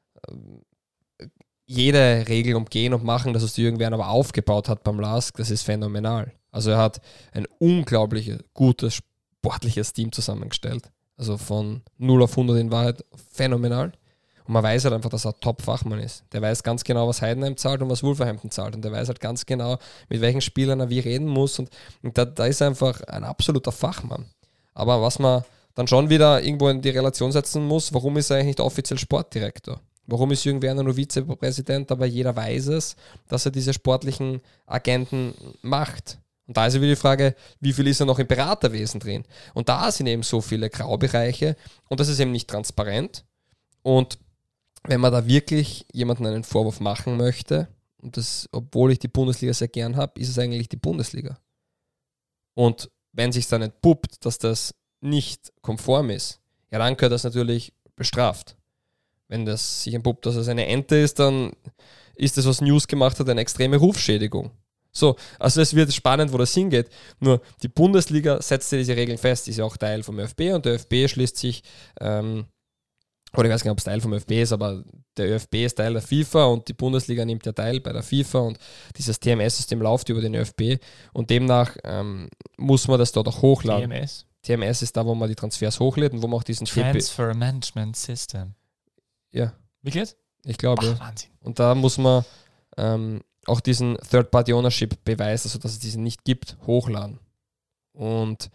jede Regel umgehen und machen, dass es die Jürgen Werner aber aufgebaut hat beim Lask, das ist phänomenal. Also er hat ein unglaublich gutes sportliches Team zusammengestellt. Also von null auf hundert in Wahrheit phänomenal. Und man weiß halt einfach, dass er ein Top-Fachmann ist. Der weiß ganz genau, was Heidenheim zahlt und was Wolverhampton zahlt. Und der weiß halt ganz genau, mit welchen Spielern er wie reden muss. Und, und da, da ist er einfach ein absoluter Fachmann. Aber was man dann schon wieder irgendwo in die Relation setzen muss, warum ist er eigentlich nicht offiziell Sportdirektor? Warum ist Jürgen Werner nur Vizepräsident, aber jeder weiß es, dass er diese sportlichen Agenten macht. Und da ist ja wieder die Frage, wie viel ist er noch im Beraterwesen drin? Und da sind eben so viele Graubereiche und das ist eben nicht transparent. Und wenn man da wirklich jemandem einen Vorwurf machen möchte, und das, obwohl ich die Bundesliga sehr gern habe, ist es eigentlich die Bundesliga. Und wenn sich dann entpuppt, dass das nicht konform ist, ja, dann gehört das natürlich bestraft. Wenn das sich entpuppt, dass es eine Ente ist, dann ist das, was News gemacht hat, eine extreme Rufschädigung. So, also es wird spannend, wo das hingeht. Nur die Bundesliga setzt ja diese Regeln fest, ist ja auch Teil vom ÖFB und der ÖFB schließt sich, ähm, oder ich weiß gar nicht, ob es Teil vom ÖFB ist, aber der ÖFB ist Teil der FIFA und die Bundesliga nimmt ja teil bei der FIFA und dieses T M S-System läuft über den ÖFB und demnach ähm, muss man das dort auch hochladen. T M S? T M S ist da, wo man die Transfers hochlädt und wo man auch diesen Transfer T P Management System. Ja. Wirklich? Ich glaube. Ach, Wahnsinn. Und da muss man ähm, auch diesen Third-Party-Ownership-Beweis, also dass es diesen nicht gibt, hochladen. Und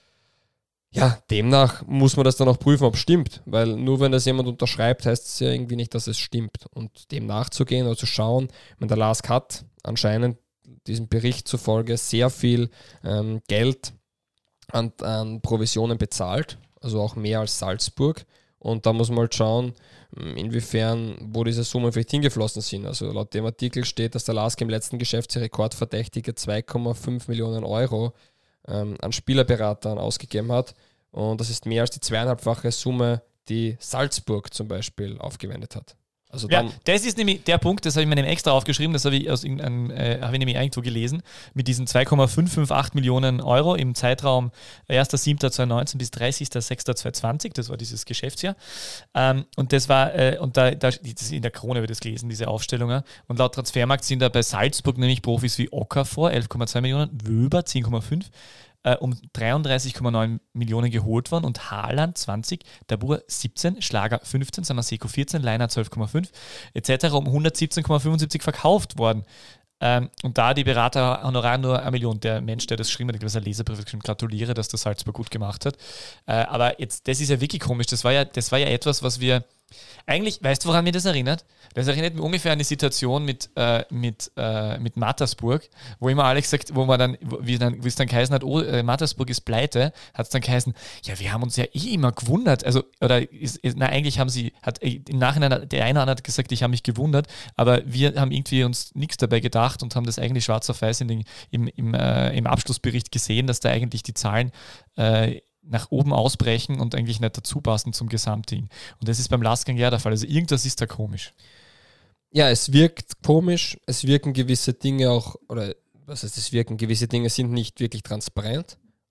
ja, demnach muss man das dann auch prüfen, ob es stimmt. Weil nur wenn das jemand unterschreibt, heißt es ja irgendwie nicht, dass es stimmt. Und dem nachzugehen oder zu schauen, wenn der Lask hat anscheinend diesem Bericht zufolge sehr viel ähm, Geld an, an Provisionen bezahlt, also auch mehr als Salzburg. Und da muss man halt schauen, inwiefern, wo diese Summen vielleicht hingeflossen sind. Also laut dem Artikel steht, dass der Lask im letzten Geschäftsjahr rekordverdächtige zwei Komma fünf Millionen Euro ähm, an Spielerberatern ausgegeben hat. Und das ist mehr als die zweieinhalbfache Summe, die Salzburg zum Beispiel aufgewendet hat. Also ja, das ist nämlich der Punkt, das habe ich mir nämlich extra aufgeschrieben, das habe ich aus irgendeinem, äh, habe ich nämlich irgendwo gelesen, mit diesen zwei Komma fünf fünf acht Millionen Euro im Zeitraum erster siebter zweitausendneunzehn bis dreißigster sechster zweitausendzwanzig, das war dieses Geschäftsjahr. Ähm, und das war, äh, und da, da das in der Krone wird das gelesen, diese Aufstellungen. Und laut Transfermarkt sind da bei Salzburg nämlich Profis wie Okafor, elf Komma zwei Millionen, Wöber, zehn Komma fünf, um dreiunddreißig Komma neun Millionen geholt worden und Haaland zwanzig, Dabur siebzehn, Schlager fünfzehn, Samaseko vierzehn, Leiner zwölf Komma fünf et cetera um hundertsiebzehn Komma fünfundsiebzig verkauft worden. Ähm, und da die Berater Honorar nur eine Million. Der Mensch, der das geschrieben hat, ich glaube, es ist ein Leserbrief, ich gratuliere, dass das Salzburg gut gemacht hat. Äh, aber jetzt, das ist ja wirklich komisch. Das war ja, das war ja etwas, was wir eigentlich, weißt du, woran mich das erinnert? Das erinnert mich ungefähr an die Situation mit, äh, mit, äh, mit Mattersburg, wo immer Alex sagt, wo man dann, wie, dann, wie es dann geheißen hat, oh, äh, Mattersburg ist pleite, hat es dann geheißen, ja, wir haben uns ja eh immer gewundert. Also, oder ist, ist, na, eigentlich haben sie, hat im Nachhinein, der eine hat gesagt, ich habe mich gewundert, aber wir haben irgendwie uns nichts dabei gedacht und haben das eigentlich schwarz auf weiß in den, im, im, äh, im Abschlussbericht gesehen, dass da eigentlich die Zahlen äh, nach oben ausbrechen und eigentlich nicht dazu passen zum Gesamtding. Und das ist beim Lastgang ja der Fall. Also irgendwas ist da komisch. Ja, es wirkt komisch, es wirken gewisse Dinge auch, oder was heißt es wirken, gewisse Dinge sind nicht wirklich transparent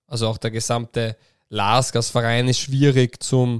Also auch der gesamte LASK als Verein ist schwierig zum,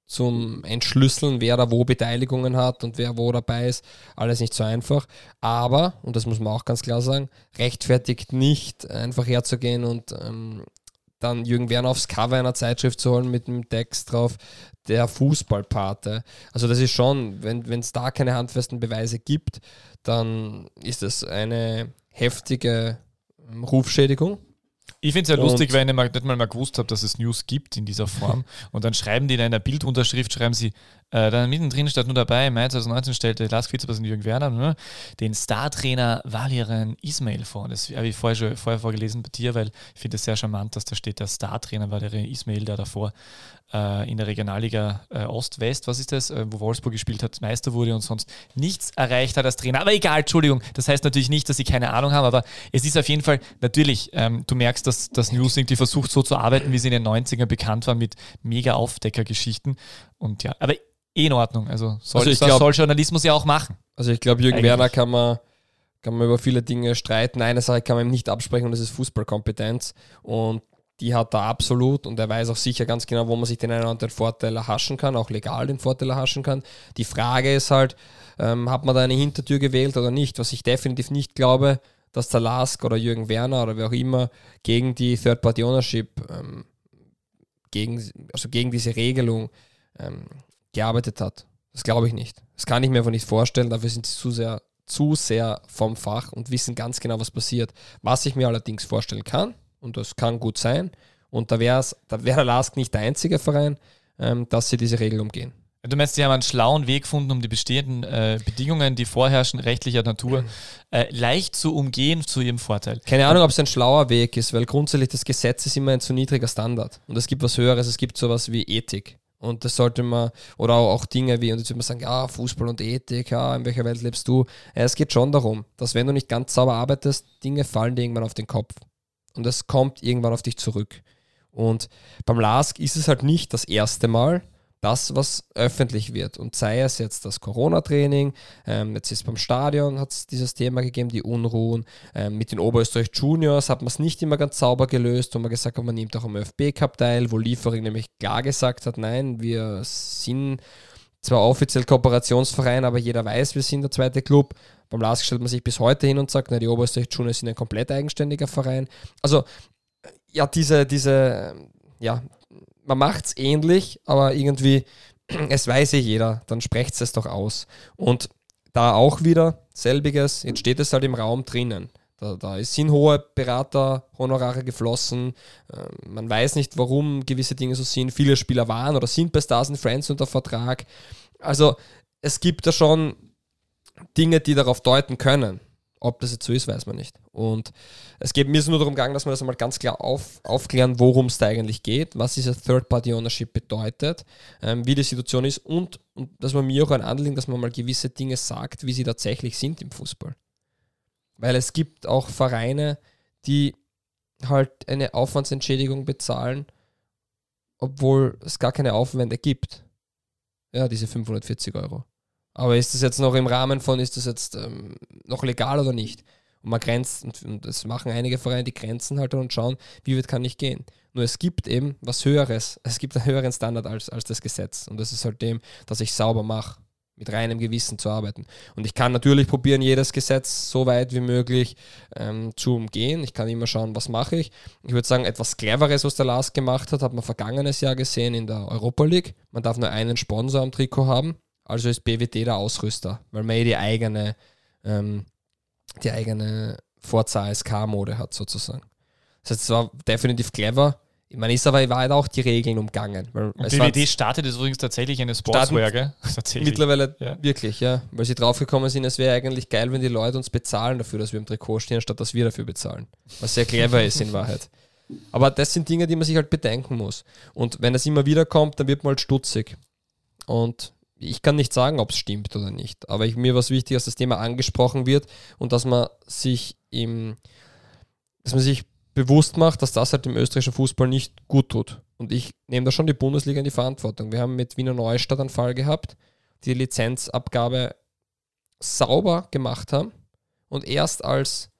zum Entschlüsseln, wer da wo Beteiligungen hat und wer wo dabei ist. Alles nicht so einfach. Aber, und das muss man auch ganz klar sagen, rechtfertigt nicht, einfach herzugehen und ähm, dann Jürgen Werner aufs Cover einer Zeitschrift zu holen mit einem Text drauf, der Fußballpate. Also das ist schon, wenn es da keine handfesten Beweise gibt, dann ist das eine heftige ähm, Rufschädigung. Ich finde es ja lustig, weil ich nicht mal, mal gewusst habe, dass es News gibt in dieser Form. Und dann schreiben die in einer Bildunterschrift, schreiben sie, äh, dann mittendrin steht nur dabei, im Mai zwanzig neunzehn stellte LASK-Vizepräsident Jürgen Werner ne, den Startrainer Valerian Ismail vor. Das habe ich vorher schon vorher vorgelesen bei dir, weil ich finde es sehr charmant, dass da steht der Startrainer Valerian Ismail, der davor äh, in der Regionalliga äh, Ost-West, was ist das, äh, wo Wolfsburg gespielt hat, Meister wurde und sonst nichts erreicht hat als Trainer. Aber egal, Entschuldigung, das heißt natürlich nicht, dass sie keine Ahnung haben, aber es ist auf jeden Fall, natürlich, ähm, du merkst, dass das News irgendwie versucht so zu arbeiten, wie sie in den neunzigern bekannt war, mit mega Aufdeckergeschichten. Und ja, aber eh in Ordnung. Also soll, also ich das glaub, soll Journalismus ja auch machen. Also ich glaube, Jürgen Eigentlich. Werner kann man, kann man über viele Dinge streiten. Eine Sache kann man ihm nicht absprechen und das ist Fußballkompetenz. Und die hat er absolut und er weiß auch sicher ganz genau, wo man sich den einen oder anderen Vorteil erhaschen kann, auch legal den Vorteil erhaschen kann. Die Frage ist halt, ähm, hat man da eine Hintertür gewählt oder nicht? Was ich definitiv nicht glaube, dass der LASK oder Jürgen Werner oder wer auch immer gegen die Third-Party-Ownership, ähm, gegen, also gegen diese Regelung ähm, gearbeitet hat. Das glaube ich nicht. Das kann ich mir einfach nicht vorstellen. Dafür sind sie zu sehr, zu sehr vom Fach und wissen ganz genau, was passiert. Was ich mir allerdings vorstellen kann, und das kann gut sein, und da wäre da wär der LASK nicht der einzige Verein, ähm, dass sie diese Regel umgehen. Du meinst, sie haben einen schlauen Weg gefunden, um die bestehenden äh, Bedingungen, die vorherrschen, rechtlicher Natur, äh, leicht zu umgehen zu ihrem Vorteil. Keine Ahnung, ob es ein schlauer Weg ist, weil grundsätzlich das Gesetz ist immer ein zu niedriger Standard. Und es gibt was Höheres, es gibt sowas wie Ethik. Und das sollte man, oder auch Dinge wie, und jetzt würde man sagen, ja, Fußball und Ethik, ja, in welcher Welt lebst du? Ja, es geht schon darum, dass wenn du nicht ganz sauber arbeitest, Dinge fallen dir irgendwann auf den Kopf. Und es kommt irgendwann auf dich zurück. Und beim LASK ist es halt nicht das erste Mal, das, was öffentlich wird. Und sei es jetzt das Corona-Training, ähm, jetzt ist beim Stadion, hat es dieses Thema gegeben, die Unruhen. Ähm, mit den Oberösterreich Juniors hat man es nicht immer ganz sauber gelöst, wo man gesagt hat, man nimmt auch am ÖFB-Cup teil, wo Liefering nämlich klar gesagt hat, nein, wir sind zwar offiziell Kooperationsverein, aber jeder weiß, wir sind der zweite Club. Beim LASK stellt man sich bis heute hin und sagt, na, die Oberösterreich Juniors sind ein komplett eigenständiger Verein. Also, ja, diese, diese, ja, man macht es ähnlich, aber irgendwie, es weiß ja jeder, dann sprecht es doch aus. Und da auch wieder selbiges, jetzt steht es halt im Raum drinnen. Da, da sind hohe Beraterhonorare geflossen, äh, man weiß nicht, warum gewisse Dinge so sind. Viele Spieler waren oder sind bei Stars and Friends unter Vertrag. Also es gibt da schon Dinge, die darauf deuten können. Ob das jetzt so ist, weiß man nicht. Und es geht mir so nur darum gegangen, dass wir das einmal ganz klar auf, aufklären, worum es da eigentlich geht, was diese Third-Party-Ownership bedeutet, ähm, wie die Situation ist und, und dass man mir auch ein Anliegen, dass man mal gewisse Dinge sagt, wie sie tatsächlich sind im Fußball. Weil es gibt auch Vereine, die halt eine Aufwandsentschädigung bezahlen, obwohl es gar keine Aufwände gibt. Ja, diese fünfhundertvierzig Euro. Aber ist das jetzt noch im Rahmen von, ist das jetzt ähm, noch legal oder nicht? Und man grenzt, und, und das machen einige Vereine, die grenzen halt und schauen, wie weit kann ich gehen. Nur es gibt eben was Höheres, es gibt einen höheren Standard als, als das Gesetz. Und das ist halt dem, dass ich sauber mache, mit reinem Gewissen zu arbeiten. Und ich kann natürlich probieren, jedes Gesetz so weit wie möglich ähm, zu umgehen. Ich kann immer schauen, was mache ich. Ich würde sagen, etwas Cleveres, was der LASK gemacht hat, hat man vergangenes Jahr gesehen in der Europa League. Man darf nur einen Sponsor am Trikot haben. Also ist B W T der Ausrüster, weil man eh die eigene, ähm, die eigene Forza A S K-Mode hat sozusagen. Das heißt, es war definitiv clever. Ich meine, ist aber in Wahrheit auch die Regeln umgangen. Weil Und B W T startet jetzt übrigens tatsächlich eine Sportswear, gell? Tatsächlich. Mittlerweile ja. wirklich, ja. Weil sie draufgekommen sind, es wäre eigentlich geil, wenn die Leute uns bezahlen dafür, dass wir im Trikot stehen, statt dass wir dafür bezahlen. Was sehr clever ist in Wahrheit. Aber das sind Dinge, die man sich halt bedenken muss. Und wenn es immer wieder kommt, dann wird man halt stutzig. Und ich kann nicht sagen, ob es stimmt oder nicht, aber ich, mir war es wichtig, dass das Thema angesprochen wird und dass man sich im, dass man sich bewusst macht, dass das halt dem österreichischen Fußball nicht gut tut. Und ich nehme da schon die Bundesliga in die Verantwortung. Wir haben mit Wiener Neustadt einen Fall gehabt, die Lizenzabgabe sauber gemacht haben und erst als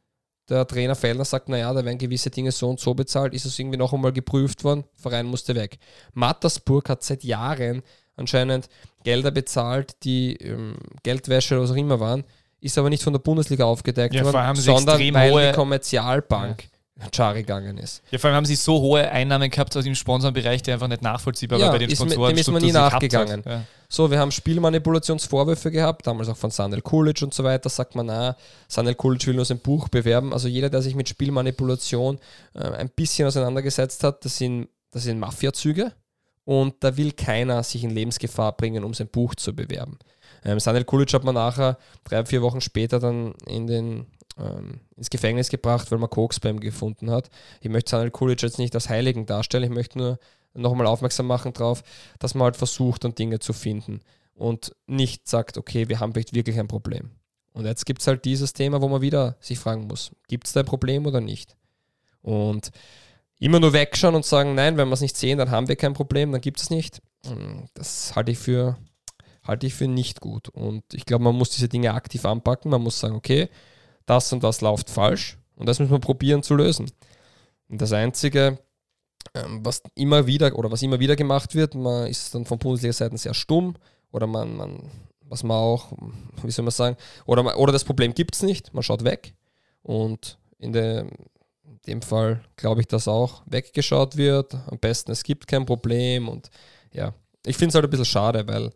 der Trainer Fellner sagt, naja, da werden gewisse Dinge so und so bezahlt, ist es irgendwie noch einmal geprüft worden, Verein musste weg. Mattersburg hat seit Jahren anscheinend Gelder bezahlt, die ähm, Geldwäsche oder was auch immer waren, ist aber nicht von der Bundesliga aufgedeckt ja, worden, sondern weil die Kommerzialbank ja. Chari gegangen ist. Ja, vor allem haben sie so hohe Einnahmen gehabt aus dem Sponsorenbereich, der einfach nicht nachvollziehbar ja, war bei den Sponsoren. Dem ist man nie nachgegangen. Ja. So, wir haben Spielmanipulationsvorwürfe gehabt, damals auch von Sanel Kulic und so weiter, sagt man, na, Sanel Kulic will nur sein Buch bewerben. Also jeder, der sich mit Spielmanipulation äh, ein bisschen auseinandergesetzt hat, das sind, das sind Mafia-Züge und da will keiner sich in Lebensgefahr bringen, um sein Buch zu bewerben. Ähm, Sanel Kulic hat man nachher drei, vier Wochen später dann in den ähm, ins Gefängnis gebracht, weil man Koks bei ihm gefunden hat. Ich möchte Sanel Kulic jetzt nicht als Heiligen darstellen, ich möchte nur nochmal aufmerksam machen darauf, dass man halt versucht, dann Dinge zu finden und nicht sagt, okay, wir haben vielleicht wirklich ein Problem. Und jetzt gibt es halt dieses Thema, wo man wieder sich fragen muss, gibt es da ein Problem oder nicht? Und immer nur wegschauen und sagen, nein, wenn wir es nicht sehen, dann haben wir kein Problem, dann gibt es nicht. Das halte ich für, halte ich für nicht gut. Und ich glaube, man muss diese Dinge aktiv anpacken, man muss sagen, okay, das und das läuft falsch und das müssen wir probieren zu lösen. Und das Einzige, was immer wieder oder was immer wieder gemacht wird, man ist dann von Bundesliga-Seiten sehr stumm oder man, man, was man auch, wie soll man sagen, oder, man, oder das Problem gibt es nicht, man schaut weg und in, der, in dem Fall glaube ich, dass auch weggeschaut wird, am besten es gibt kein Problem und ja, ich finde es halt ein bisschen schade, weil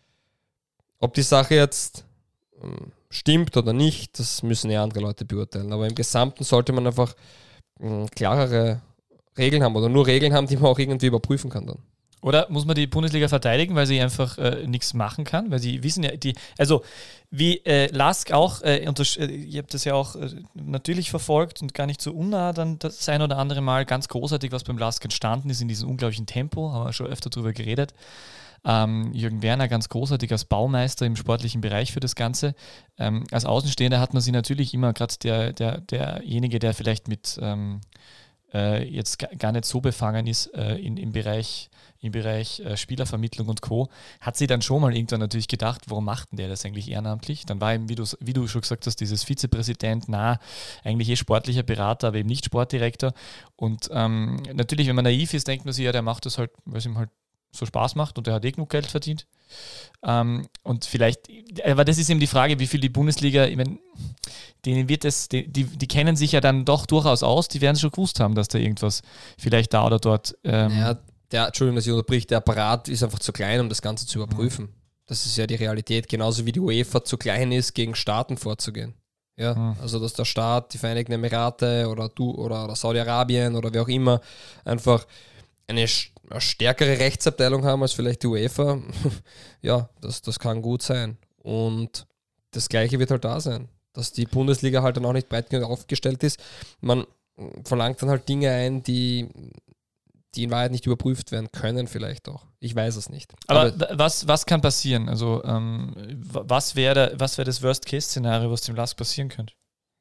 ob die Sache jetzt ähm, stimmt oder nicht, das müssen eher andere Leute beurteilen, aber im Gesamten sollte man einfach ähm, klarere Regeln haben oder nur Regeln haben, die man auch irgendwie überprüfen kann dann. Oder muss man die Bundesliga verteidigen, weil sie einfach äh, nichts machen kann? Weil sie wissen ja, die, also wie äh, Lask auch, äh, untersch- äh, ihr habt das ja auch äh, natürlich verfolgt und gar nicht so unnah dann das ein oder andere Mal, ganz großartig, was beim Lask entstanden ist in diesem unglaublichen Tempo, haben wir schon öfter drüber geredet. Ähm, Jürgen Werner ganz großartig als Baumeister im sportlichen Bereich für das Ganze. Ähm, als Außenstehender hat man sie natürlich immer, gerade der, der, derjenige, der vielleicht mit ähm, äh, jetzt g- gar nicht so befangen ist äh, in, im Bereich, im Bereich äh, Spielervermittlung und Co., hat sie dann schon mal irgendwann natürlich gedacht, warum macht denn der das eigentlich ehrenamtlich? Dann war eben, wie du, wie du schon gesagt hast, dieses Vizepräsident, na, eigentlich eh sportlicher Berater, aber eben nicht Sportdirektor. Und ähm, natürlich, wenn man naiv ist, denkt man sich, ja, der macht das halt, weil es ihm halt so Spaß macht und er hat eh genug Geld verdient. Ähm, und vielleicht, aber das ist eben die Frage, wie viel die Bundesliga, ich meine, denen wird es, die, die, die kennen sich ja dann doch durchaus aus, die werden schon gewusst haben, dass da irgendwas vielleicht da oder dort. Ähm ja, der, Entschuldigung, dass ich unterbrich, der Apparat ist einfach zu klein, um das Ganze zu überprüfen. Mhm. Das ist ja die Realität, genauso wie die UEFA zu klein ist, gegen Staaten vorzugehen. Ja, mhm. Also dass der Staat, die Vereinigten Emirate oder du oder, oder Saudi-Arabien oder wie auch immer, einfach eine stärkere Rechtsabteilung haben als vielleicht die UEFA, ja, das, das kann gut sein. Und das Gleiche wird halt da sein, dass die Bundesliga halt dann auch nicht breit genug aufgestellt ist. Man verlangt dann halt Dinge ein, die, die in Wahrheit nicht überprüft werden können vielleicht auch. Ich weiß es nicht. Aber, Aber was, was kann passieren? Also ähm, was wäre was wär das Worst-Case-Szenario, was dem Lask passieren könnte?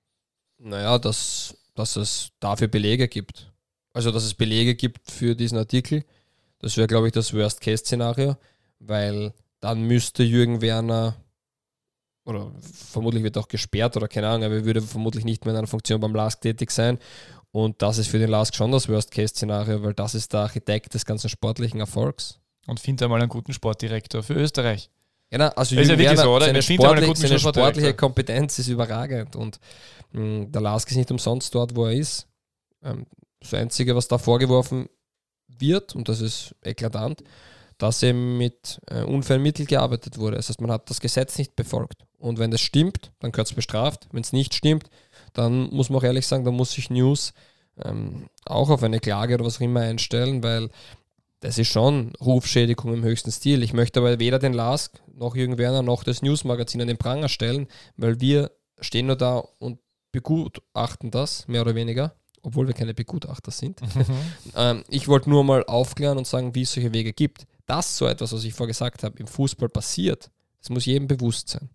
Naja, dass, dass es dafür Belege gibt. Also, dass es Belege gibt für diesen Artikel. Das wäre, glaube ich, das Worst-Case-Szenario, weil dann müsste Jürgen Werner, oder vermutlich wird auch gesperrt oder keine Ahnung, aber er würde vermutlich nicht mehr in einer Funktion beim Lask tätig sein. Und das ist für den Lask schon das Worst-Case-Szenario, weil das ist der Architekt des ganzen sportlichen Erfolgs. Und findet einmal einen guten Sportdirektor für Österreich. Genau, also Jürgen ja Werner, so, seine, sportlich, seine sportliche Kompetenz ist überragend und mh, der Lask ist nicht umsonst dort, wo er ist. Ähm, Das Einzige, was da vorgeworfen wird, und das ist eklatant, dass eben mit äh, unfairen Mitteln gearbeitet wurde. Das heißt, man hat das Gesetz nicht befolgt. Und wenn das stimmt, dann gehört es bestraft. Wenn es nicht stimmt, dann muss man auch ehrlich sagen, dann muss sich News ähm, auch auf eine Klage oder was auch immer einstellen, weil das ist schon Rufschädigung im höchsten Stil. Ich möchte aber weder den Lask, noch Jürgen Werner, noch das Newsmagazin an den Pranger stellen, weil wir stehen nur da und begutachten das, mehr oder weniger, obwohl wir keine Begutachter sind. Mhm. ähm, ich wollte nur mal aufklären und sagen, wie es solche Wege gibt. Dass so etwas, was ich vorher gesagt habe, im Fußball passiert, das muss jedem bewusst sein.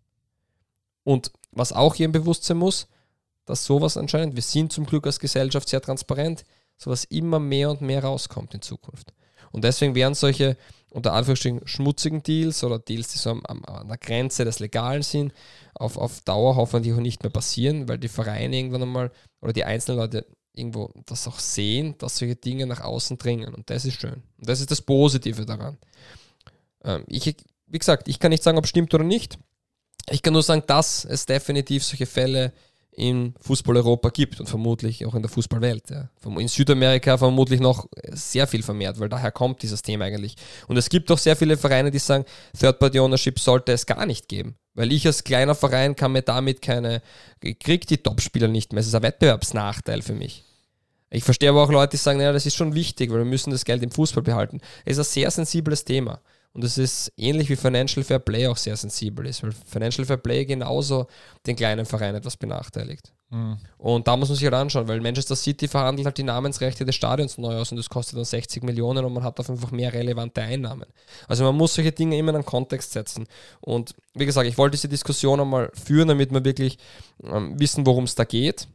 Und was auch jedem bewusst sein muss, dass sowas anscheinend, wir sind zum Glück als Gesellschaft sehr transparent, sowas immer mehr und mehr rauskommt in Zukunft. Und deswegen werden solche unter Anführungsstrichen schmutzigen Deals oder Deals, die so am, am, an der Grenze des Legalen sind, auf, auf Dauer hoffentlich auch nicht mehr passieren, weil die Vereine irgendwann einmal oder die einzelnen Leute irgendwo das auch sehen, dass solche Dinge nach außen dringen. Und das ist schön. Und das ist das Positive daran. Ähm, ich, wie gesagt, ich kann nicht sagen, ob es stimmt oder nicht. Ich kann nur sagen, dass es definitiv solche Fälle in Fußball-Europa gibt und vermutlich auch in der Fußballwelt. Ja. In Südamerika vermutlich noch sehr viel vermehrt, weil daher kommt dieses Thema eigentlich. Und es gibt auch sehr viele Vereine, die sagen, Third-Party-Ownership sollte es gar nicht geben. Weil ich als kleiner Verein kann mir damit keine, ich kriege die Topspieler nicht mehr. Es ist ein Wettbewerbsnachteil für mich. Ich verstehe aber auch Leute, die sagen, naja, das ist schon wichtig, weil wir müssen das Geld im Fußball behalten. Es ist ein sehr sensibles Thema. Und es ist ähnlich wie Financial Fair Play auch sehr sensibel ist, weil Financial Fair Play genauso den kleinen Verein etwas benachteiligt. Mhm. Und da muss man sich halt anschauen, weil Manchester City verhandelt halt die Namensrechte des Stadions neu aus und das kostet dann sechzig Millionen und man hat auf einfach mehr relevante Einnahmen. Also man muss solche Dinge immer in einen Kontext setzen. Und wie gesagt, ich wollte diese Diskussion einmal führen, damit wir wirklich ähm, wissen, worum es da geht.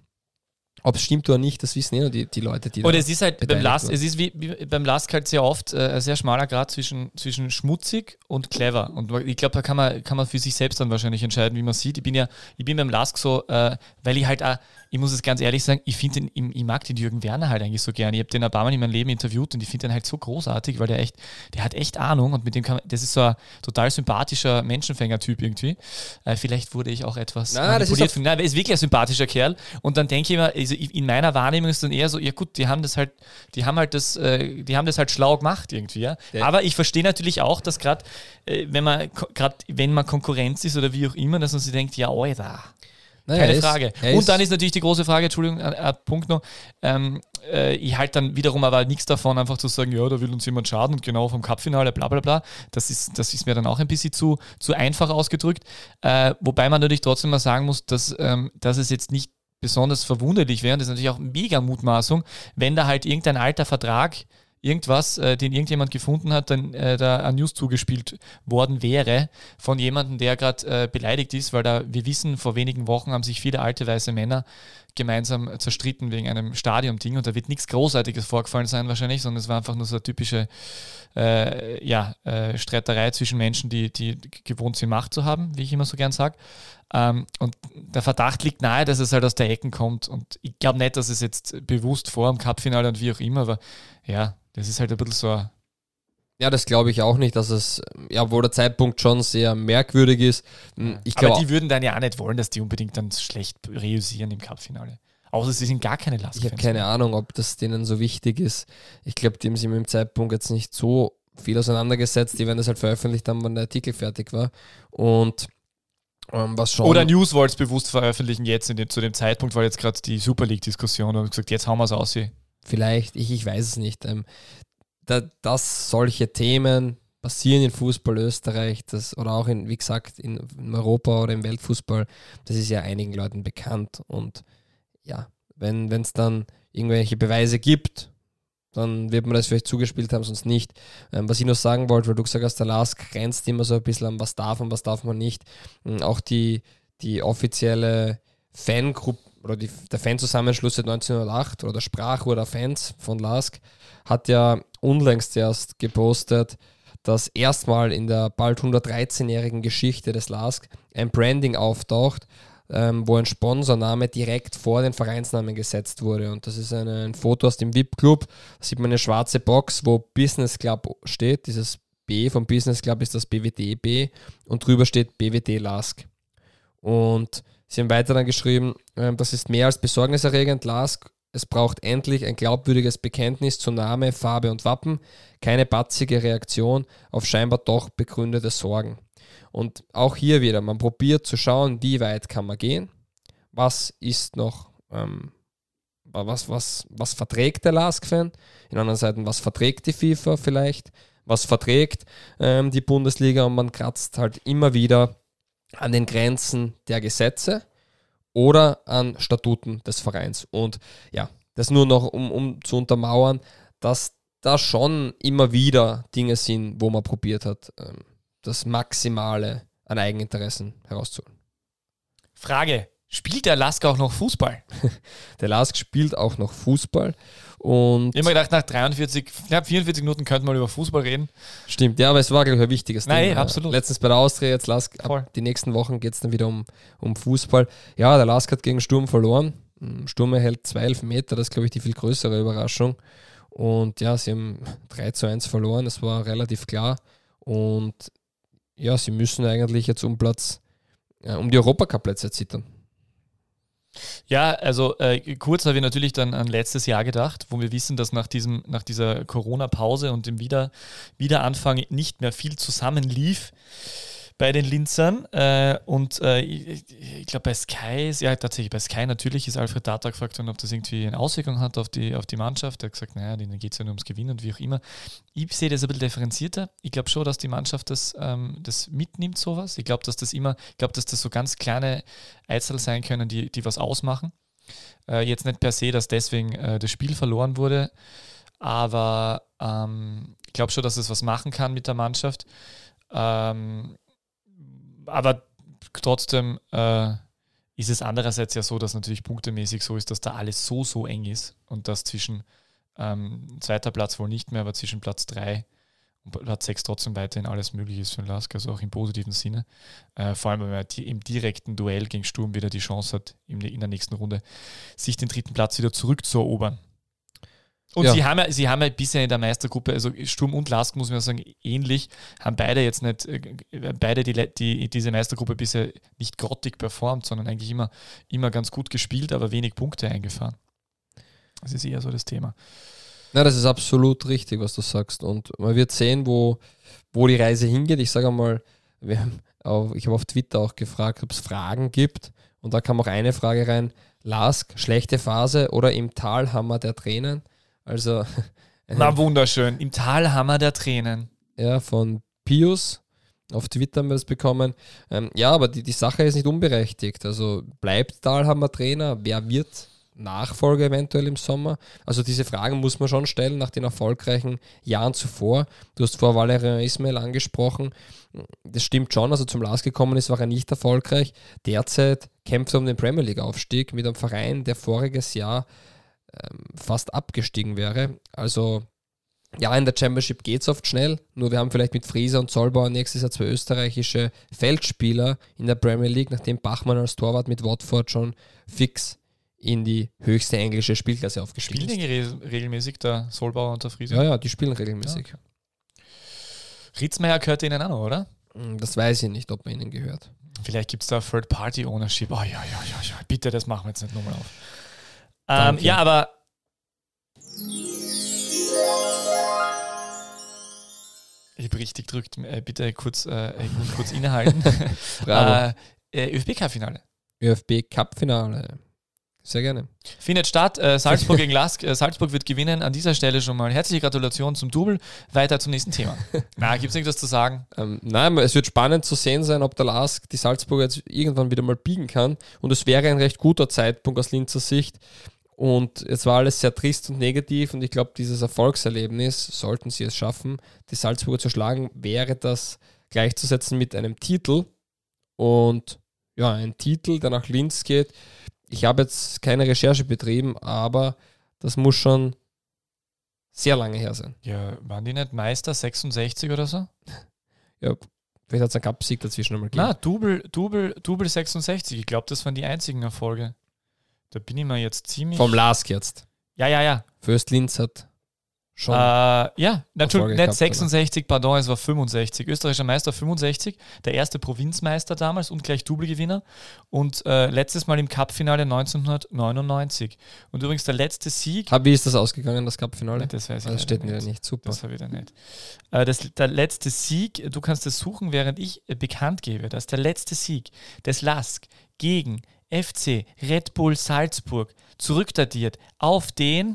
Ob es stimmt oder nicht, das wissen eh nur die, die Leute, die Und es ist halt beim Lask, es ist wie, wie beim Lask halt sehr oft äh, ein sehr schmaler Grad zwischen, zwischen schmutzig und clever. Und ich glaube, da kann man, kann man für sich selbst dann wahrscheinlich entscheiden, wie man sieht. Ich bin ja, ich bin beim Lask so, äh, weil ich halt auch, ich muss es ganz ehrlich sagen, ich finde den, ich mag den Jürgen Werner halt eigentlich so gerne. Ich habe den ein paar Mal in meinem Leben interviewt und ich finde den halt so großartig, weil der echt, der hat echt Ahnung und mit dem kann man, das ist so ein total sympathischer Menschenfänger-Typ irgendwie. Äh, vielleicht wurde ich auch etwas Na, manipuliert. Das ist, Nein, er ist wirklich ein sympathischer Kerl. Und dann denke ich immer, also in meiner Wahrnehmung ist dann eher so, ja gut, die haben das halt, die haben halt das, äh, die haben das halt schlau gemacht irgendwie, ja. ja. Aber ich verstehe natürlich auch, dass gerade, äh, wenn man gerade wenn man Konkurrenz ist oder wie auch immer, dass man sich denkt, ja, Alter. Keine naja, Frage. Ist, und dann ist natürlich die große Frage, Entschuldigung, ein, ein Punkt noch, ähm, äh, ich halte dann wiederum aber nichts davon, einfach zu sagen, ja, da will uns jemand schaden und genau vom Cup-Finale, bla bla bla. Das ist, das ist mir dann auch ein bisschen zu, zu einfach ausgedrückt. Äh, wobei man natürlich trotzdem mal sagen muss, dass, ähm, dass es jetzt nicht besonders verwunderlich wäre, und das ist natürlich auch mega Mutmaßung, wenn da halt irgendein alter Vertrag irgendwas, äh, den irgendjemand gefunden hat, dann äh, da ein News zugespielt worden wäre von jemandem, der gerade äh, beleidigt ist, weil da, wir wissen, vor wenigen Wochen haben sich viele alte weiße Männer gemeinsam zerstritten wegen einem Stadion-Ding und da wird nichts Großartiges vorgefallen sein wahrscheinlich, sondern es war einfach nur so eine typische äh, ja, äh, Streiterei zwischen Menschen, die, die gewohnt sind, Macht zu haben, wie ich immer so gern sage. Ähm, und der Verdacht liegt nahe, dass es halt aus der Ecken kommt und ich glaube nicht, dass es jetzt bewusst vor dem Cup-Finale und wie auch immer, aber ja, das ist halt ein bisschen so ein Ja, das glaube ich auch nicht, dass es, ja, obwohl der Zeitpunkt schon sehr merkwürdig ist. Ich aber die würden dann ja auch nicht wollen, dass die unbedingt dann schlecht reüssieren im Cup-Finale. Außer sie sind gar keine Last. Ich habe keine Ahnung, ob das denen so wichtig ist. Ich glaube, die haben sich mit dem Zeitpunkt jetzt nicht so viel auseinandergesetzt. Die werden das halt veröffentlicht haben, wann der Artikel fertig war. Und ähm, was schon... Oder News wollte es bewusst veröffentlichen jetzt in dem, zu dem Zeitpunkt, weil jetzt gerade die Super League-Diskussion und gesagt, jetzt hauen wir es aus. Vielleicht, ich, ich weiß es nicht. Ähm, da, dass solche Themen passieren in Fußball Österreich, das, oder auch in, wie gesagt, in, in Europa oder im Weltfußball, das ist ja einigen Leuten bekannt. Und ja, wenn es dann irgendwelche Beweise gibt, dann wird man das vielleicht zugespielt haben, sonst nicht. Ähm, was ich noch sagen wollte, weil du gesagt hast, der Lask grenzt immer so ein bisschen an, was darf und was darf man nicht. Ähm, auch die, die offizielle Fangruppe oder die, der Fanzusammenschluss seit neunzehnhundertacht oder der Sprachrohr der Fans von Lask hat ja unlängst erst gepostet, dass erstmal in der bald hundertdreizehnjährigen Geschichte des Lask ein Branding auftaucht, ähm, wo ein Sponsorname direkt vor den Vereinsnamen gesetzt wurde. Und das ist eine, ein Foto aus dem V I P-Club. Da sieht man eine schwarze Box, wo Business Club steht. Dieses B vom Business Club ist das B W D B und drüber steht B W D Lask. Und sie haben weiter dann geschrieben, ähm, das ist mehr als besorgniserregend, Lask. Es braucht endlich ein glaubwürdiges Bekenntnis zu Name, Farbe und Wappen, keine batzige Reaktion auf scheinbar doch begründete Sorgen. Und auch hier wieder, man probiert zu schauen, wie weit kann man gehen, was ist noch, ähm, was, was, was verträgt der Lask-Fan, in anderen Seiten, was verträgt die FIFA vielleicht, was verträgt ähm, die Bundesliga und man kratzt halt immer wieder an den Grenzen der Gesetze oder an Statuten des Vereins. Und ja, das nur noch, um, um zu untermauern, dass da schon immer wieder Dinge sind, wo man probiert hat, das Maximale an Eigeninteressen herauszuholen. Frage, Spielt der Lask auch noch Fußball? Der Lask spielt auch noch Fußball. Und Ich habe mir gedacht, nach dreiundvierzig, knapp vierundvierzig Minuten könnte man über Fußball reden. Stimmt, ja, aber es war, glaube ich, ein wichtiges Nein, Thema. absolut. Letztens bei der Austria, jetzt Lask, Voll. ab die nächsten Wochen geht es dann wieder um, um Fußball. Ja, der Lask hat gegen Sturm verloren. Sturm erhält zwei Elfmeter, das ist, glaube ich, die viel größere Überraschung. Und ja, sie haben drei zu eins verloren, das war relativ klar. Und ja, sie müssen eigentlich jetzt um Platz, äh, um die Europacup-Plätze zittern. Ja, also äh, kurz habe ich natürlich dann an letztes Jahr gedacht, wo wir wissen, dass nach, diesem, nach dieser Corona-Pause und dem Wieder, Wiederanfang nicht mehr viel zusammenlief bei den Linzern. Äh, und äh, ich, ich glaube bei Sky, ist, ja tatsächlich bei Sky natürlich ist Alfred Tata gefragt worden, ob das irgendwie eine Auswirkung hat auf die, auf die Mannschaft. Er hat gesagt, naja, denen geht es ja nur ums Gewinnen und wie auch immer. Ich sehe das ein bisschen differenzierter. Ich glaube schon, dass die Mannschaft das, ähm, das mitnimmt, sowas. Ich glaube, dass das immer, ich glaube, dass das so ganz kleine Eizel sein können, die, die was ausmachen. Äh, jetzt nicht per se, dass deswegen äh, das Spiel verloren wurde, aber ähm, ich glaube schon, dass es was machen kann mit der Mannschaft. Ähm, aber trotzdem äh, ist es andererseits ja so, dass natürlich punktemäßig so ist, dass da alles so, so eng ist und dass zwischen ähm, zweiter Platz wohl nicht mehr, aber zwischen Platz drei und Platz sechs trotzdem weiterhin alles möglich ist für den Lask, also auch im positiven Sinne. Äh, vor allem, wenn man die, im direkten Duell gegen Sturm wieder die Chance hat, in, in der nächsten Runde sich den dritten Platz wieder zurückzuerobern. Und Ja. sie haben ja, sie haben ja bisher in der Meistergruppe, also Sturm und Lask, muss man ja sagen, ähnlich, haben beide jetzt nicht, äh, beide die, die, diese Meistergruppe bisher nicht grottig performt, sondern eigentlich immer, immer ganz gut gespielt, aber wenig Punkte eingefahren. Das ist eher so das Thema. Na, das ist absolut richtig, was du sagst. Und man wird sehen, wo, wo die Reise hingeht. Ich sage einmal, wir haben auf, ich habe auf Twitter auch gefragt, ob es Fragen gibt. Und da kam auch eine Frage rein: Lask, schlechte Phase oder im Talhammer der Tränen? Also, Na, wunderschön. Im Talhammer der Tränen. ja, von Pius. Auf Twitter haben wir das bekommen. Ähm, ja, aber die, die Sache ist nicht unberechtigt. Also bleibt Talhammer Trainer? Wer wird Nachfolger eventuell im Sommer? Also diese Fragen muss man schon stellen nach den erfolgreichen Jahren zuvor. Du hast vor Valerian Ismail angesprochen. Das stimmt schon, also zum Lask gekommen ist, war er nicht erfolgreich. Derzeit kämpft er um den Premier League Aufstieg mit einem Verein, der voriges Jahr ähm, fast abgestiegen wäre. Also ja, in der Championship geht es oft schnell, nur wir haben vielleicht mit Frieser und Zollbauer nächstes Jahr zwei österreichische Feldspieler in der Premier League, nachdem Bachmann als Torwart mit Watford schon fix in die höchste englische Spielklasse aufgestiegen Spielen ist. die regelmäßig der Solbauer und der Frieser? Ja, ja, die spielen regelmäßig. Ja. Ritzmeier gehört ihnen auch noch, oder? Das weiß ich nicht, ob man ihnen gehört. Vielleicht gibt es da Third-Party-Ownership. Oh ja, ja, ja, ja. Bitte, das machen wir jetzt nicht nochmal auf. Ähm, Danke. ja, aber ich habe richtig gedrückt. Äh, bitte kurz, äh, kurz innehalten. Bravo. äh, ÖFB-Cup-Finale. ÖFB-Cup-Finale. Sehr gerne. Findet statt. Äh, Salzburg gegen Lask. Äh, Salzburg wird gewinnen. An dieser Stelle schon mal herzliche Gratulation zum Double. Weiter zum nächsten Thema. Na, gibt es irgendwas zu sagen? Ähm, nein, es wird spannend zu sehen sein, ob der Lask die Salzburger jetzt irgendwann wieder mal biegen kann. Und es wäre ein recht guter Zeitpunkt aus Linzer Sicht. Und jetzt war alles sehr trist und negativ. Und ich glaube, dieses Erfolgserlebnis, sollten sie es schaffen, die Salzburger zu schlagen, wäre das gleichzusetzen mit einem Titel. Und ja, ein Titel, der nach Linz geht. Ich habe jetzt keine Recherche betrieben, aber das muss schon sehr lange her sein. Ja, waren die nicht Meister sechsundsechzig oder so? Ja, vielleicht hat es einen Cup-Sieg dazwischen einmal gegeben. Na, Double, Double, Double sechsundsechzig. Ich glaube, das waren die einzigen Erfolge. Da bin ich mir jetzt ziemlich... Vom Lask jetzt. Ja, ja, ja. First Linz hat schon. Äh, ja, Erfolge natürlich nicht gehabt, sechsundsechzig, pardon, es war fünfundsechzig. Österreichischer Meister fünfundsechzig, der erste Provinzmeister damals und gleich Double-Gewinner. Und äh, letztes Mal im Cup-Finale neunzehnhundertneunundneunzig. Und übrigens der letzte Sieg... Wie ist das ausgegangen, das Cup-Finale? Das weiß ich Das leider steht mir nicht. nicht. Super. Das habe ich da nicht. Äh, das, der letzte Sieg, du kannst es suchen, während ich äh, bekannt gebe, dass der letzte Sieg des Lask gegen F C Red Bull Salzburg zurückdatiert auf den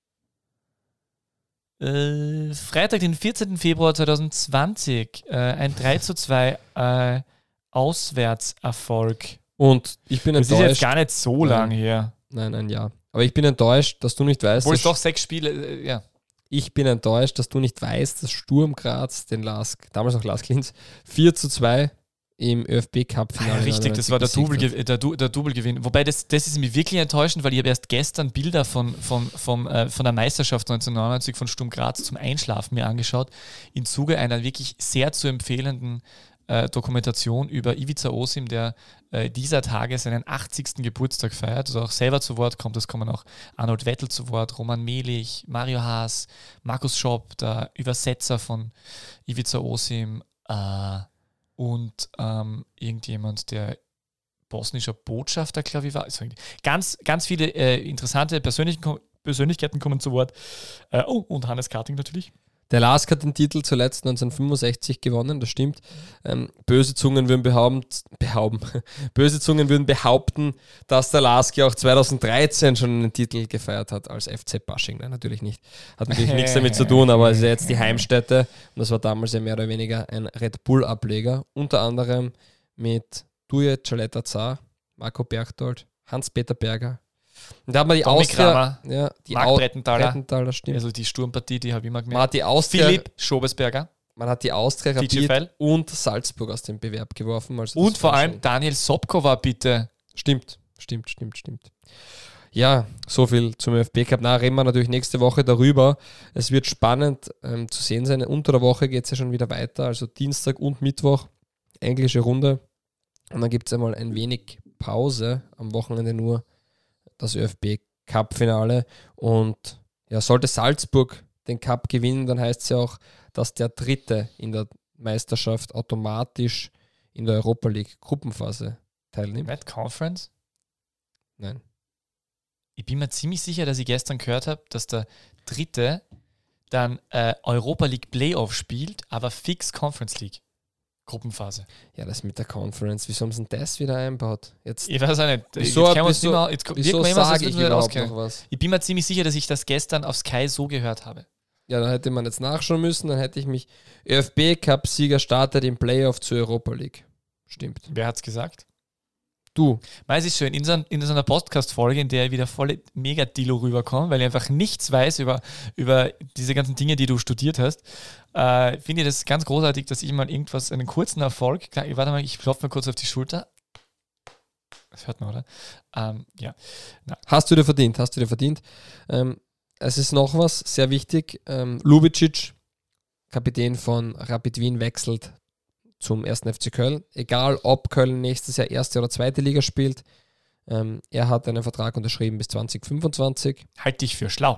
äh, Freitag, den vierzehnten Februar zweitausendzwanzig. Äh, ein drei zu zwei äh, Auswärtserfolg. Und ich bin Das ist enttäuscht. jetzt gar nicht so Nein. lang her. Nein, ein Jahr. Aber ich bin enttäuscht, dass du nicht weißt, Obwohl es dass, doch sechs Spiele, äh, ja. ich bin enttäuscht, dass du nicht weißt, dass Sturm Graz den Lask, damals noch Lask Linz, vier zu zwei im ÖFB-Cup-Finale. Ah, richtig, das war der, Double, der, du, der Double-Gewinn. Wobei, das, das ist mir wirklich enttäuschend, weil ich habe erst gestern Bilder von, von, von, äh, von der Meisterschaft neunzehnhundertneunundneunzig von Sturm Graz zum Einschlafen mir angeschaut, im Zuge einer wirklich sehr zu empfehlenden äh, Dokumentation über Ivica Osim, der äh, dieser Tage seinen achtzigsten Geburtstag feiert, also auch selber zu Wort kommt. Es kommen auch Arnold Wettel zu Wort, Roman Melich, Mario Haas, Markus Schopp, der Übersetzer von Ivica Osim, äh, und ähm, irgendjemand, der bosnischer Botschafter, glaube ich, war. Also ganz, ganz viele äh, interessante Persönlichen, Persönlichkeiten kommen zu Wort. Äh, oh, und Hannes Karting natürlich. Der Lask hat den Titel zuletzt neunzehnhundertfünfundsechzig gewonnen, das stimmt. Ähm, böse Zungen würden behaupten, behaupten böse Zungen würden behaupten, dass der Lask ja auch zweitausenddreizehn schon einen Titel gefeiert hat als F C Pasching. Nein, natürlich nicht. Hat natürlich nichts damit zu tun, aber es ist ja jetzt die Heimstätte und das war damals ja mehr oder weniger ein Red Bull-Ableger, unter anderem mit Duje Caleta-Zar, Marco Berchtold, Hans-Peter Berger. Und da hat man die Tommy Austria, Kramer, ja, die Marc Au- Brettenthaler. Brettenthaler, stimmt. Also die Sturmpartie, die habe ich immer Man gemerkt. hat die Austria, Philipp Schobesberger man hat die Austria, D J Rapid und Salzburg aus dem Bewerb geworfen. Also und das vor war allem schon- Daniel Sobkova, bitte. Stimmt, stimmt, stimmt, stimmt. Ja, so viel zum ÖFB-Cup. Na, reden wir natürlich nächste Woche darüber. Es wird spannend ähm, zu sehen sein. Unter der Woche geht es ja schon wieder weiter, also Dienstag und Mittwoch, englische Runde. Und dann gibt es einmal ein wenig Pause, am Wochenende nur das ÖFB-Cup-Finale. Und ja, sollte Salzburg den Cup gewinnen, dann heißt es ja auch, dass der Dritte in der Meisterschaft automatisch in der Europa League Gruppenphase teilnimmt. Red Conference? Nein. Ich bin mir ziemlich sicher, dass ich gestern gehört habe, dass der Dritte dann äh, Europa League Playoff spielt, aber fix Conference League Gruppenphase. Ja, das mit der Conference, wieso haben sie denn das wieder einbaut? Jetzt, Ich weiß auch nicht. wieso jetzt können wir uns wieso, nicht mehr, jetzt wieso wirken wir immer so, als sage würden ich wir nicht überhaupt auskennen. noch was? Ich bin mir ziemlich sicher, dass ich das gestern auf Sky so gehört habe. Ja, dann hätte man jetzt nachschauen müssen, dann hätte ich mich ÖFB-Cup-Sieger startet im Playoff zur Europa League. Stimmt. Wer hat's gesagt? Du. Weil es ist schön, in so, in so einer Podcast-Folge, in der ich wieder voll Mega-Dilo rüberkomme, weil ich einfach nichts weiß über, über diese ganzen Dinge, die du studiert hast, äh, finde ich das ganz großartig, dass ich mal irgendwas, einen kurzen Erfolg, klar, warte mal, ich klopfe mal kurz auf die Schulter. Das hört man, oder? Ähm, ja. Na. Hast du dir verdient, hast du dir verdient. Ähm, es ist noch was, sehr wichtig. Ähm, Lubicic, Kapitän von Rapid Wien, wechselt zum ersten F C Köln. Egal, ob Köln nächstes Jahr erste oder zweite Liga spielt. Ähm, er hat einen Vertrag unterschrieben bis zwanzig fünfundzwanzig. Halt dich für schlau.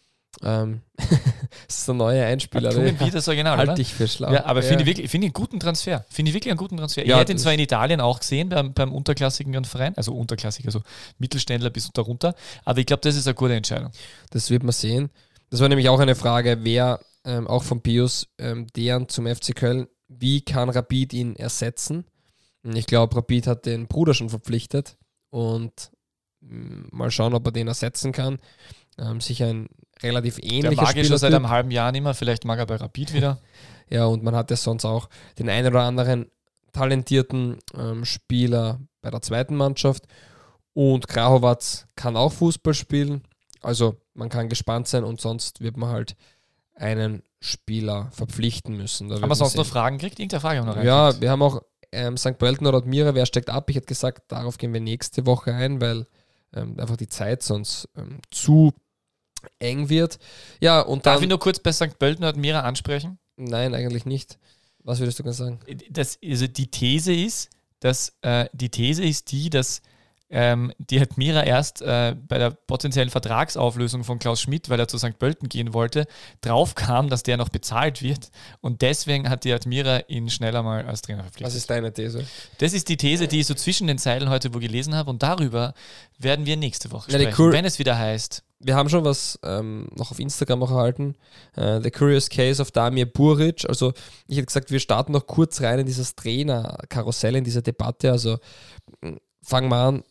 Ähm, das ist der neue Einspieler. Klungen wie das Original, halt oder? dich für schlau. Ja, aber ja. finde ich wirklich, finde ich einen guten Transfer. Finde ich wirklich einen guten Transfer. Ja, ich hätte ihn das- zwar in Italien auch gesehen, beim, beim unterklassigen Verein, also unterklassig, also Mittelständler bis darunter, aber ich glaube, das ist eine gute Entscheidung. Das wird man sehen. Das war nämlich auch eine Frage, wer ähm, auch von Pius, ähm, deren zum F C Köln, wie kann Rapid ihn ersetzen? Und ich glaube, Rapid hat den Bruder schon verpflichtet und mh, mal schauen, ob er den ersetzen kann. Ähm, sicher ein relativ Der ähnlicher mag ich schon seit Spielertyp. einem halben Jahr nicht mehr, vielleicht mag er bei Rapid wieder. Ja, und man hat ja sonst auch den einen oder anderen talentierten ähm, Spieler bei der zweiten Mannschaft. Und Krahovac kann auch Fußball spielen. Also man kann gespannt sein und sonst wird man halt einen Spieler verpflichten müssen. Da wird Aber man sonst noch sehen. Fragen kriegt? Irgendeine Frage haben wir noch Ja, reingekriegt? wir haben auch ähm, Sankt Pölten oder Admira, wer steckt ab? Ich hätte gesagt, darauf gehen wir nächste Woche ein, weil ähm, einfach die Zeit sonst ähm, zu eng wird. Ja, und Darf dann... ich nur kurz bei Sankt Pölten und Admira ansprechen? Nein, eigentlich nicht. Was würdest du gerne sagen? Das, also die These ist, dass äh, die These ist die, dass ähm, die Admira erst äh, bei der potenziellen Vertragsauflösung von Klaus Schmidt, weil er zu Sankt Pölten gehen wollte, drauf kam, dass der noch bezahlt wird und deswegen hat die Admira ihn schneller mal als Trainer verpflichtet. Was ist deine These? Das ist die These, die ich so zwischen den Zeilen heute wo gelesen habe und darüber werden wir nächste Woche Ja, die sprechen, Kur- wenn es wieder heißt. Wir haben schon was ähm, noch auf Instagram auch erhalten. Uh, the Curious Case of Damir Buric. Also ich hätte gesagt, wir starten noch kurz rein in dieses Trainer-Karussell, in diese Debatte. Also mh, fangen wir an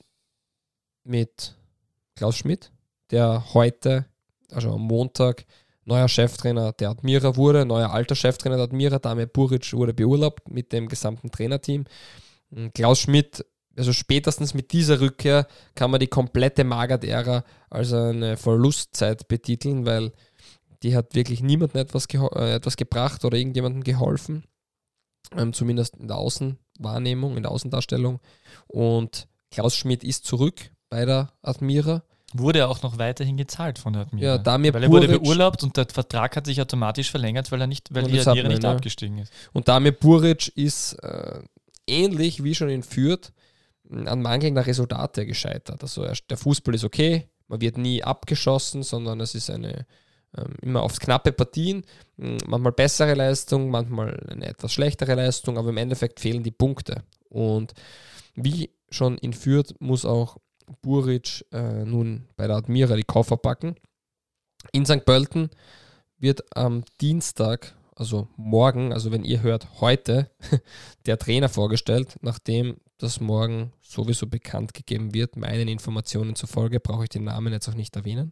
mit Klaus Schmidt, der heute, also am Montag, neuer Cheftrainer der Admira wurde, neuer alter Cheftrainer der Admira. Damir Buric wurde beurlaubt mit dem gesamten Trainerteam. Klaus Schmidt, also spätestens mit dieser Rückkehr kann man die komplette Magath-Ära als eine Verlustzeit betiteln, weil die hat wirklich niemandem etwas, geho- äh, etwas gebracht oder irgendjemandem geholfen, ähm, zumindest in der Außenwirkung Außenwahrnehmung, in der Außendarstellung. Und Klaus Schmidt ist zurück bei der Admira. Wurde auch noch weiterhin gezahlt von der Admira. Ja, Damir weil er Buric, wurde beurlaubt und der Vertrag hat sich automatisch verlängert, weil er nicht, weil die Admira nicht man, abgestiegen ist. Und Damir Buric ist äh, ähnlich wie schon in Fürth an mangelnder Resultate gescheitert. Also er, der Fußball ist okay, man wird nie abgeschossen, sondern es ist eine ähm, immer aufs knappe Partien, manchmal bessere Leistung, manchmal eine etwas schlechtere Leistung, aber im Endeffekt fehlen die Punkte. Und wie schon in Fürth muss auch Buric äh, nun bei der Admira die Koffer packen. In Sankt Pölten wird am Dienstag, also morgen, also wenn ihr hört, heute, der Trainer vorgestellt. Nachdem das morgen sowieso bekannt gegeben wird, meinen Informationen zufolge, brauche ich den Namen jetzt auch nicht erwähnen.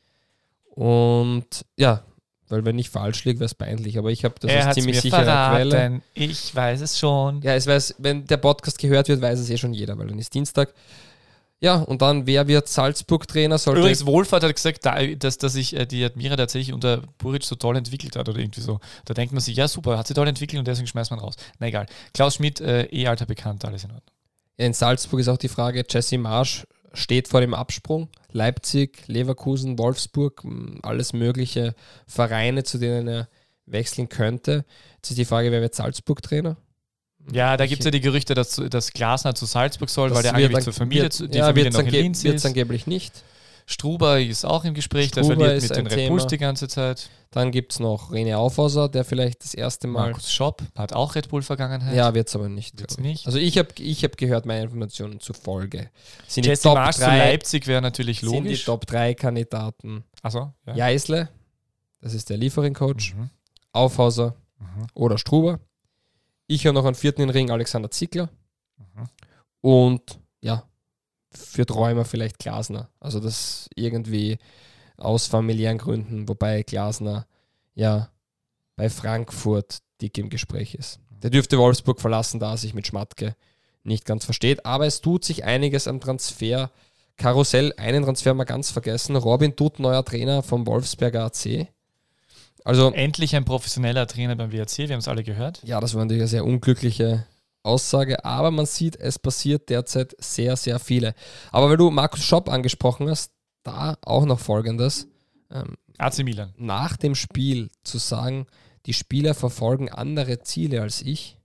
Und ja, weil wenn ich falsch liege, wäre es peinlich, aber ich habe das er aus ziemlich mir sicherer verraten. Quelle. Ich weiß es schon. Ja, es weiß, wenn der Podcast gehört wird, weiß es eh schon jeder, weil dann ist Dienstag. Ja, und dann, wer wird Salzburg-Trainer? Sollte Übrigens, Wohlfahrt hat gesagt, dass, dass sich die Admira tatsächlich unter Buric so toll entwickelt hat oder irgendwie so. Da denkt man sich, ja super, hat sie toll entwickelt und deswegen schmeißt man raus. Na egal. Klaus Schmidt, äh, eh alter Bekannt, alles in Ordnung. Ja, in Salzburg ist auch die Frage, Jesse Marsch steht vor dem Absprung. Leipzig, Leverkusen, Wolfsburg, alles mögliche Vereine, zu denen er wechseln könnte. Jetzt ist die Frage, wer wird Salzburg-Trainer? Ja, da gibt es ja die Gerüchte, dass, dass Glasner zu Salzburg soll, das weil der angeblich zur Familie, wird, die ja, Familie noch in ange- Linz wird's ist. angeblich nicht. Struber ist auch im Gespräch, Struber der verliert ist mit den ein Red Bulls Thema. die ganze Zeit. Dann gibt es noch René Aufhauser, der vielleicht das erste Mal... Markus Schopp hat auch Red Bull-Vergangenheit. Ja, wird es aber nicht. Wird's glaub ich. nicht. Also ich habe ich hab gehört, meine Informationen zufolge. Sind Jesse die Top Marsch zu drei, Leipzig wäre natürlich sind die logisch. Top drei Kandidaten Achso, ja. Jaisle, das ist der Liefering-Coach, Mhm. Aufhauser Mhm. oder Struber. Ich habe noch einen vierten in den Ring, Alexander Ziegler. Mhm. Und ja, für Träumer vielleicht Glasner. Also das irgendwie aus familiären Gründen, wobei Glasner ja bei Frankfurt dick im Gespräch ist. Der dürfte Wolfsburg verlassen, da er sich mit Schmatke nicht ganz versteht. Aber es tut sich einiges am Transferkarussell. Einen Transfer mal ganz vergessen. Robin Dutt, neuer Trainer vom Wolfsberger A C. Also Endlich ein professioneller Trainer beim W R C, wir haben es alle gehört. ja, das war natürlich eine sehr unglückliche Aussage, aber man sieht, es passiert derzeit sehr, sehr viele. Aber weil du Markus Schopp angesprochen hast, da auch noch Folgendes. Ähm, A C Milan. nach dem Spiel zu sagen, die Spieler verfolgen andere Ziele als ich.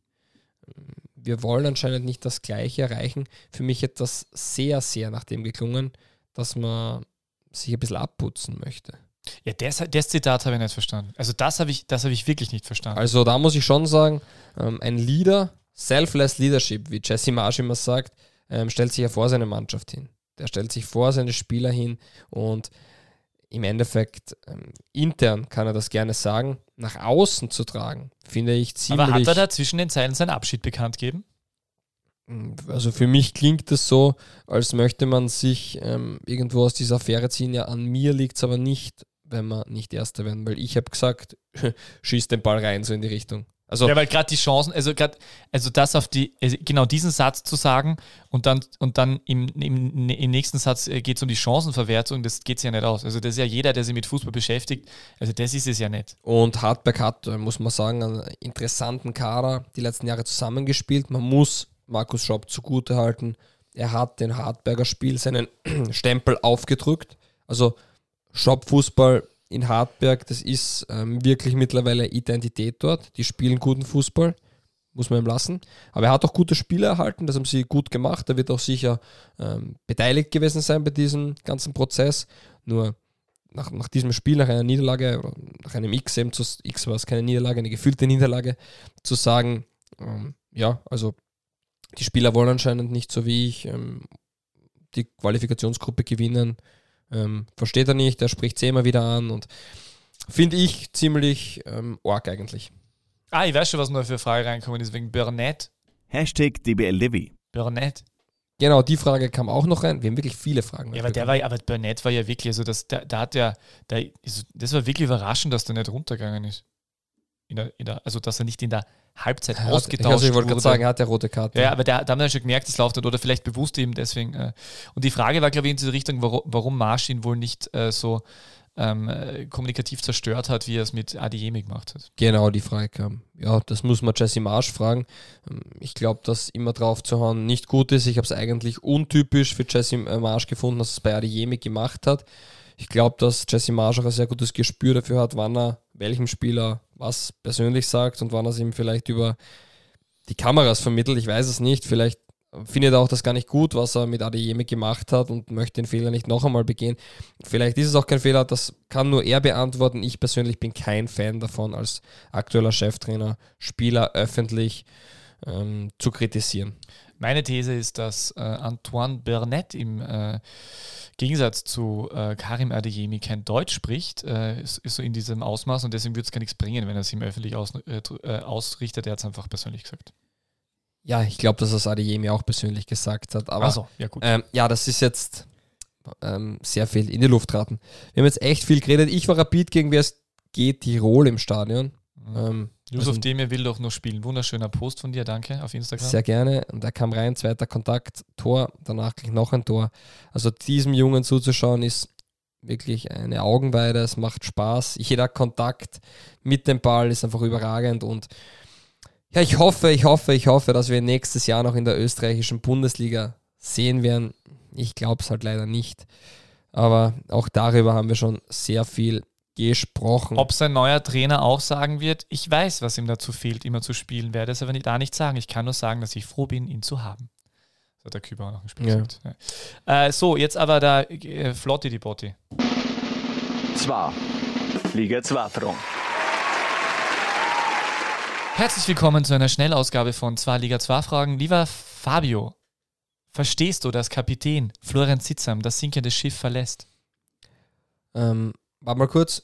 Wir wollen anscheinend nicht das Gleiche erreichen. Für mich hat das sehr, sehr nach dem geklungen, dass man sich ein bisschen abputzen möchte. Ja, das, das Zitat habe ich nicht verstanden. Also das habe ich, das habe ich wirklich nicht verstanden. Also da muss ich schon sagen, ähm, ein Leader, Selfless Leadership, wie Jesse Marsch immer sagt, ähm, stellt sich ja vor seine Mannschaft hin. Der stellt sich vor seine Spieler hin und im Endeffekt ähm, intern kann er das gerne sagen, nach außen zu tragen, finde ich ziemlich... Aber hat er da zwischen den Zeilen seinen Abschied bekannt gegeben? Also für mich klingt es so, als möchte man sich ähm, irgendwo aus dieser Affäre ziehen. Ja, an mir liegt es aber nicht, wenn wir nicht Erster werden, weil ich habe gesagt, schieß den Ball rein, so in die Richtung. Also, ja, weil gerade die Chancen, also gerade, also das auf die, also genau diesen Satz zu sagen und dann, und dann im, im, im nächsten Satz geht es um die Chancenverwertung, das geht ja nicht aus. Also das ist ja jeder, der sich mit Fußball beschäftigt, also das ist es ja nicht. Und Hartberg hat, muss man sagen, einen interessanten Kader die letzten Jahre zusammengespielt. Man muss Markus Schopp zugutehalten. Er hat den Hartberger Spiel seinen Stempel aufgedrückt. Also Schopp-Fußball in Hartberg, das ist ähm, wirklich mittlerweile Identität dort. Die spielen guten Fußball, muss man ihm lassen. Aber er hat auch gute Spiele erhalten, das haben sie gut gemacht. Er wird auch sicher ähm, beteiligt gewesen sein bei diesem ganzen Prozess. Nur nach, nach diesem Spiel, nach einer Niederlage, oder nach einem X, eben zu, X war es keine Niederlage, eine gefühlte Niederlage, zu sagen, ähm, ja, also die Spieler wollen anscheinend nicht so wie ich ähm, die Qualifikationsgruppe gewinnen. Ähm, versteht er nicht, er spricht es immer wieder an und finde ich ziemlich ähm, arg eigentlich. Ah, ich weiß schon, was noch für eine Frage reinkommen ist, wegen Burnett. Hashtag D B L Livy. Burnett. Genau, die Frage kam auch noch rein. Wir haben wirklich viele Fragen. Ja, aber der war ja, aber Burnett war ja wirklich, also das, der, der hat ja, der, also das war wirklich überraschend, dass der nicht runtergegangen ist. In der, in der, also dass er nicht in der Halbzeit hat, ausgetauscht also ich wollte gerade wurde. sagen, er hat ja rote Karte. Ja, aber da, da haben wir ja schon gemerkt, das läuft nicht, oder vielleicht bewusst eben deswegen. Äh. Und die Frage war, glaube ich, in diese Richtung, warum, warum Marsch ihn wohl nicht äh, so ähm, kommunikativ zerstört hat, wie er es mit Adeyemi gemacht hat. Genau, die Frage kam. Ja, das muss man Jesse Marsch fragen. Ich glaube, dass immer drauf zu hauen nicht gut ist. Ich habe es eigentlich untypisch für Jesse Marsch gefunden, dass es bei Adeyemi gemacht hat. Ich glaube, dass Jesse Marsch auch ein sehr gutes Gespür dafür hat, wann er welchem Spieler was persönlich sagt und wann er es ihm vielleicht über die Kameras vermittelt. Ich weiß es nicht. Vielleicht findet er auch das gar nicht gut, was er mit Adeyemi gemacht hat und möchte den Fehler nicht noch einmal begehen. Vielleicht ist es auch kein Fehler, das kann nur er beantworten. Ich persönlich bin kein Fan davon, als aktueller Cheftrainer Spieler öffentlich ähm, zu kritisieren. Meine These ist, dass äh, Antoine Bernet im äh, Gegensatz zu äh, Karim Adeyemi kein Deutsch spricht, äh, ist, ist so in diesem Ausmaß und deswegen würde es gar nichts bringen, wenn er es ihm öffentlich aus, äh, ausrichtet. Er hat es einfach persönlich gesagt. Ja, ich glaube, dass das Adeyemi auch persönlich gesagt hat. Aber Ach so, ja gut. Ähm, ja, das ist jetzt ähm, sehr viel in die Luft raten. Wir haben jetzt echt viel geredet. Ich war Rapid gegen W S G Tirol im Stadion. Mhm. Ähm, Yusuf also, Demir will doch nur spielen. Wunderschöner Post von dir, danke, auf Instagram. Sehr gerne. Und er kam rein, zweiter Kontakt, Tor, danach gleich noch ein Tor. Also diesem Jungen zuzuschauen ist wirklich eine Augenweide. Es macht Spaß. Jeder Kontakt mit dem Ball ist einfach überragend und ja, ich hoffe, ich hoffe, ich hoffe, dass wir nächstes Jahr noch in der österreichischen Bundesliga sehen werden. Ich glaube es halt leider nicht. Aber auch darüber haben wir schon sehr viel gesprochen. Ob sein neuer Trainer auch sagen wird, ich weiß, was ihm dazu fehlt, immer zu spielen, werde es aber nicht, da nicht sagen. Ich kann nur sagen, dass ich froh bin, ihn zu haben. Das hat der Küber auch noch im Spiel Ja. gesagt. Ja. Äh, so, jetzt aber da äh, Flotti die Botti. zwei. Liga zwei Fragen. Herzlich willkommen zu einer Schnellausgabe von zwei Liga zwei Fragen. Lieber Fabio, verstehst du, dass Kapitän Florian Zitzam das sinkende Schiff verlässt? Ähm, warte mal kurz.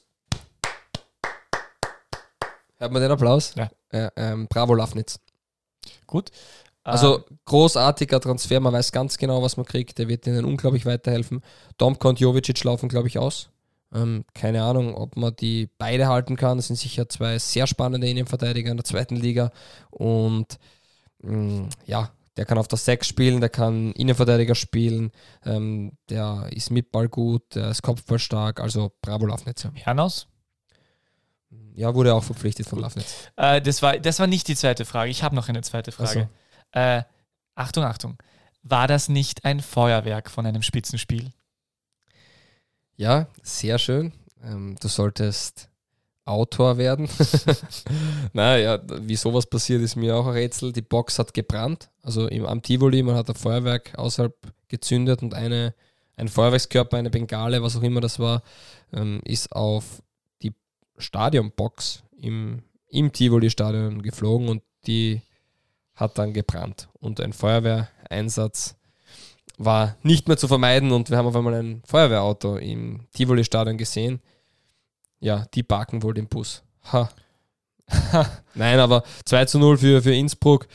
Hört man den Applaus? Ja. Äh, ähm, bravo Lafnitz. Gut. Also Ähm, großartiger Transfer, man weiß ganz genau, was man kriegt. Der wird ihnen unglaublich weiterhelfen. Domko und Jovicic laufen, glaube ich, aus. Ähm, keine Ahnung, ob man die beide halten kann. Das sind sicher zwei sehr spannende Innenverteidiger in der zweiten Liga. Und mh, ja, der kann auf der sechs spielen, der kann Innenverteidiger spielen, ähm, der ist mit Ball gut, der ist kopfballstark. Also bravo Lafnitz. Ja. Hernaus? Ja, wurde auch verpflichtet von Lafnitz. Äh, das, war, das war nicht die zweite Frage. Ich habe noch eine zweite Frage. Äh, Achtung, Achtung. War das nicht ein Feuerwerk von einem Spitzenspiel? Ja, sehr schön. Ähm, du solltest Autor werden. Naja, wie sowas passiert, ist mir auch ein Rätsel. Die Box hat gebrannt, also im, am Tivoli, man hat ein Feuerwerk außerhalb gezündet und eine, ein Feuerwerkskörper, eine Bengale, was auch immer das war, ähm, ist auf die Stadionbox im, im Tivoli-Stadion geflogen und die hat dann gebrannt. Und ein Feuerwehreinsatz war nicht mehr zu vermeiden und wir haben auf einmal ein Feuerwehrauto im Tivoli-Stadion gesehen. Ja, die parken wohl den Bus. Ha. Nein, aber zwei zu null für, für Innsbruck.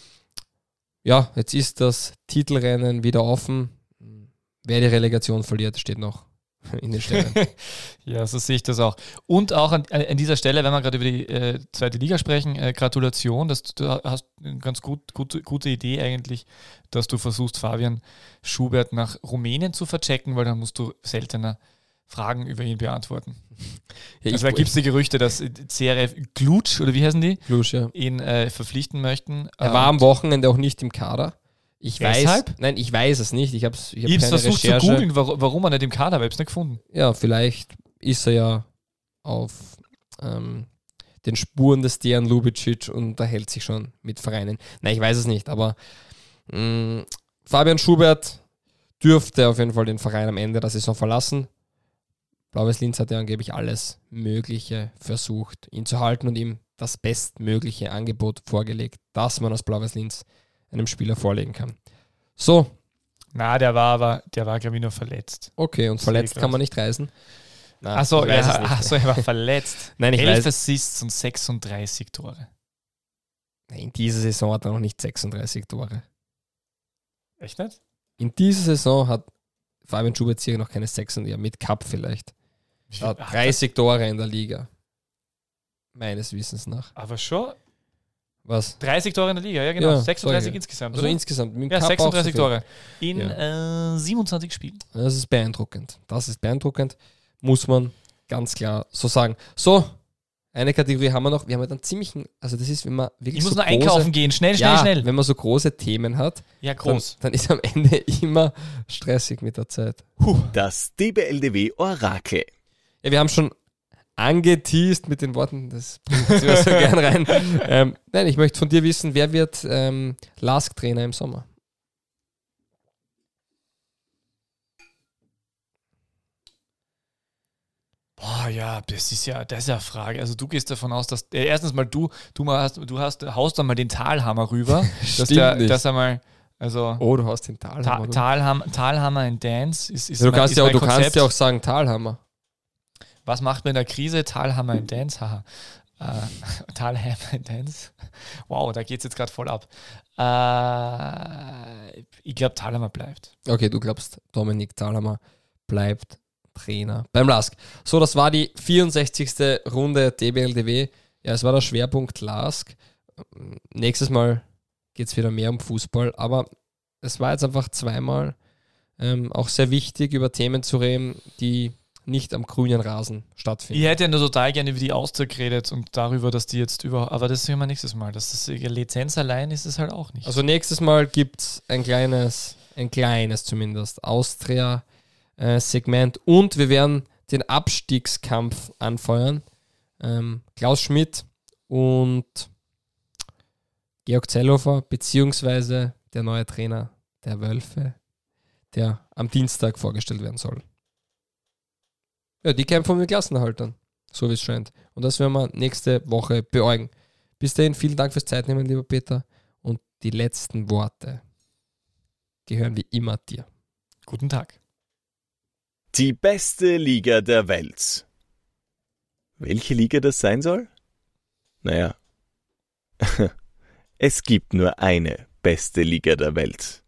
Ja, jetzt ist das Titelrennen wieder offen. Wer die Relegation verliert, steht noch in den Sternen. Ja, so sehe ich das auch. Und auch an, an dieser Stelle, wenn wir gerade über die äh, zweite Liga sprechen, äh, Gratulation, dass du, du hast eine ganz gut, gut, gute Idee eigentlich, dass du versuchst, Fabian Schubert nach Rumänien zu verchecken, weil dann musst du seltener Fragen über ihn beantworten. Ja, also da gibt es die Gerüchte, dass C R F Glutsch, oder wie heißen die, Klusch, ja. ihn äh, verpflichten möchten. Er war am Wochenende auch nicht im Kader. Ich Weshalb? weiß, nein, ich weiß es nicht. Ich habe ich hab Ich habe keine versucht Recherche. zu googeln, warum, warum er nicht im Kader war, ich habe es nicht gefunden. Ja, vielleicht ist er ja auf ähm, den Spuren des Dejan Lubicic und unterhält sich schon mit Vereinen. Nein, ich weiß es nicht, aber mh, Fabian Schubert dürfte auf jeden Fall den Verein am Ende der Saison verlassen. Blau-Weiß Linz hat ja angeblich alles Mögliche versucht, ihn zu halten und ihm das bestmögliche Angebot vorgelegt, das man aus Blau-Weiß Linz einem Spieler vorlegen kann. So. Na, der war aber, der war glaube ich nur verletzt. Okay, und Das verletzt sehe ich kann man nicht reisen. Na, Achso, ich weiß es ja, nicht. achso, er war verletzt. Nein, ich Elf weiß. Assists und sechsunddreißig Tore. In dieser Saison hat er noch nicht sechsunddreißig Tore. Echt nicht? In dieser Saison hat Fabian Schubert circa noch keine sechsunddreißig, ja, mit Cup vielleicht. Er hat dreißig Tore in der Liga. Meines Wissens nach. Aber schon Was? dreißig Tore in der Liga, ja genau. Ja, sechsunddreißig sorry. insgesamt, Also oder? insgesamt. Mit dem Ja, Cup sechsunddreißig auch so viel. Tore. In äh, siebenundzwanzig Spielen. Das ist beeindruckend. Das ist beeindruckend. Muss man ganz klar so sagen. So, eine Kategorie haben wir noch. Wir haben ja dann ziemlich, also das ist, wenn man wirklich Ich muss so nur große, einkaufen gehen, schnell, schnell, ja, schnell. wenn man so große Themen hat, Ja, dann, groß. dann ist am Ende immer stressig mit der Zeit. Puh. Das D B L D W Orakel. Ja, wir haben schon angeteased mit den Worten, das bringt uns immer so gern rein. Ähm, nein, ich möchte von dir wissen, wer wird ähm, Lask-Trainer im Sommer? Boah, ja, das ist ja, das ist ja eine Frage. Also du gehst davon aus, dass, äh, erstens mal du, du mal hast, du hast, haust dann mal den Talhammer rüber, dass Stimmt der, nicht. dass er mal, also Oh, du hast den Talhammer. Ta du. Talhammer, Talhammer in Dance ist, ist Ja, du mein, kannst ist ja auch, mein du Konzept. kannst ja auch sagen Talhammer. Was macht man in der Krise? Talhammer in Dance, haha. Äh, Talhammer in Dance. Wow, da geht es jetzt gerade voll ab. Äh, ich glaube, Talhammer bleibt. Okay, du glaubst, Dominik Talhammer bleibt Trainer beim Lask. So, das war die vierundsechzigste Runde D B L D W. Ja, es war der Schwerpunkt Lask. Nächstes Mal geht es wieder mehr um Fußball, aber es war jetzt einfach zweimal ähm, auch sehr wichtig, über Themen zu reden, die nicht am grünen Rasen stattfinden. Ich hätte ja nur total gerne über die Austria geredet und darüber, dass die jetzt über, aber das sehen wir nächstes Mal. Das ist Lizenz allein ist es halt auch nicht. Also nächstes Mal gibt es ein kleines, ein kleines zumindest Austria-Segment und wir werden den Abstiegskampf anfeuern. Ähm, Klaus Schmidt und Georg Zellhofer, beziehungsweise der neue Trainer der Wölfe, der am Dienstag vorgestellt werden soll. Ja, die kämpfen um den Klassenerhalt dann, so wie es scheint. Und das werden wir nächste Woche beäugen. Bis dahin, vielen Dank fürs Zeitnehmen, lieber Peter. Und die letzten Worte gehören wie immer dir. Guten Tag. Die beste Liga der Welt. Welche Liga das sein soll? Naja, es gibt nur eine beste Liga der Welt.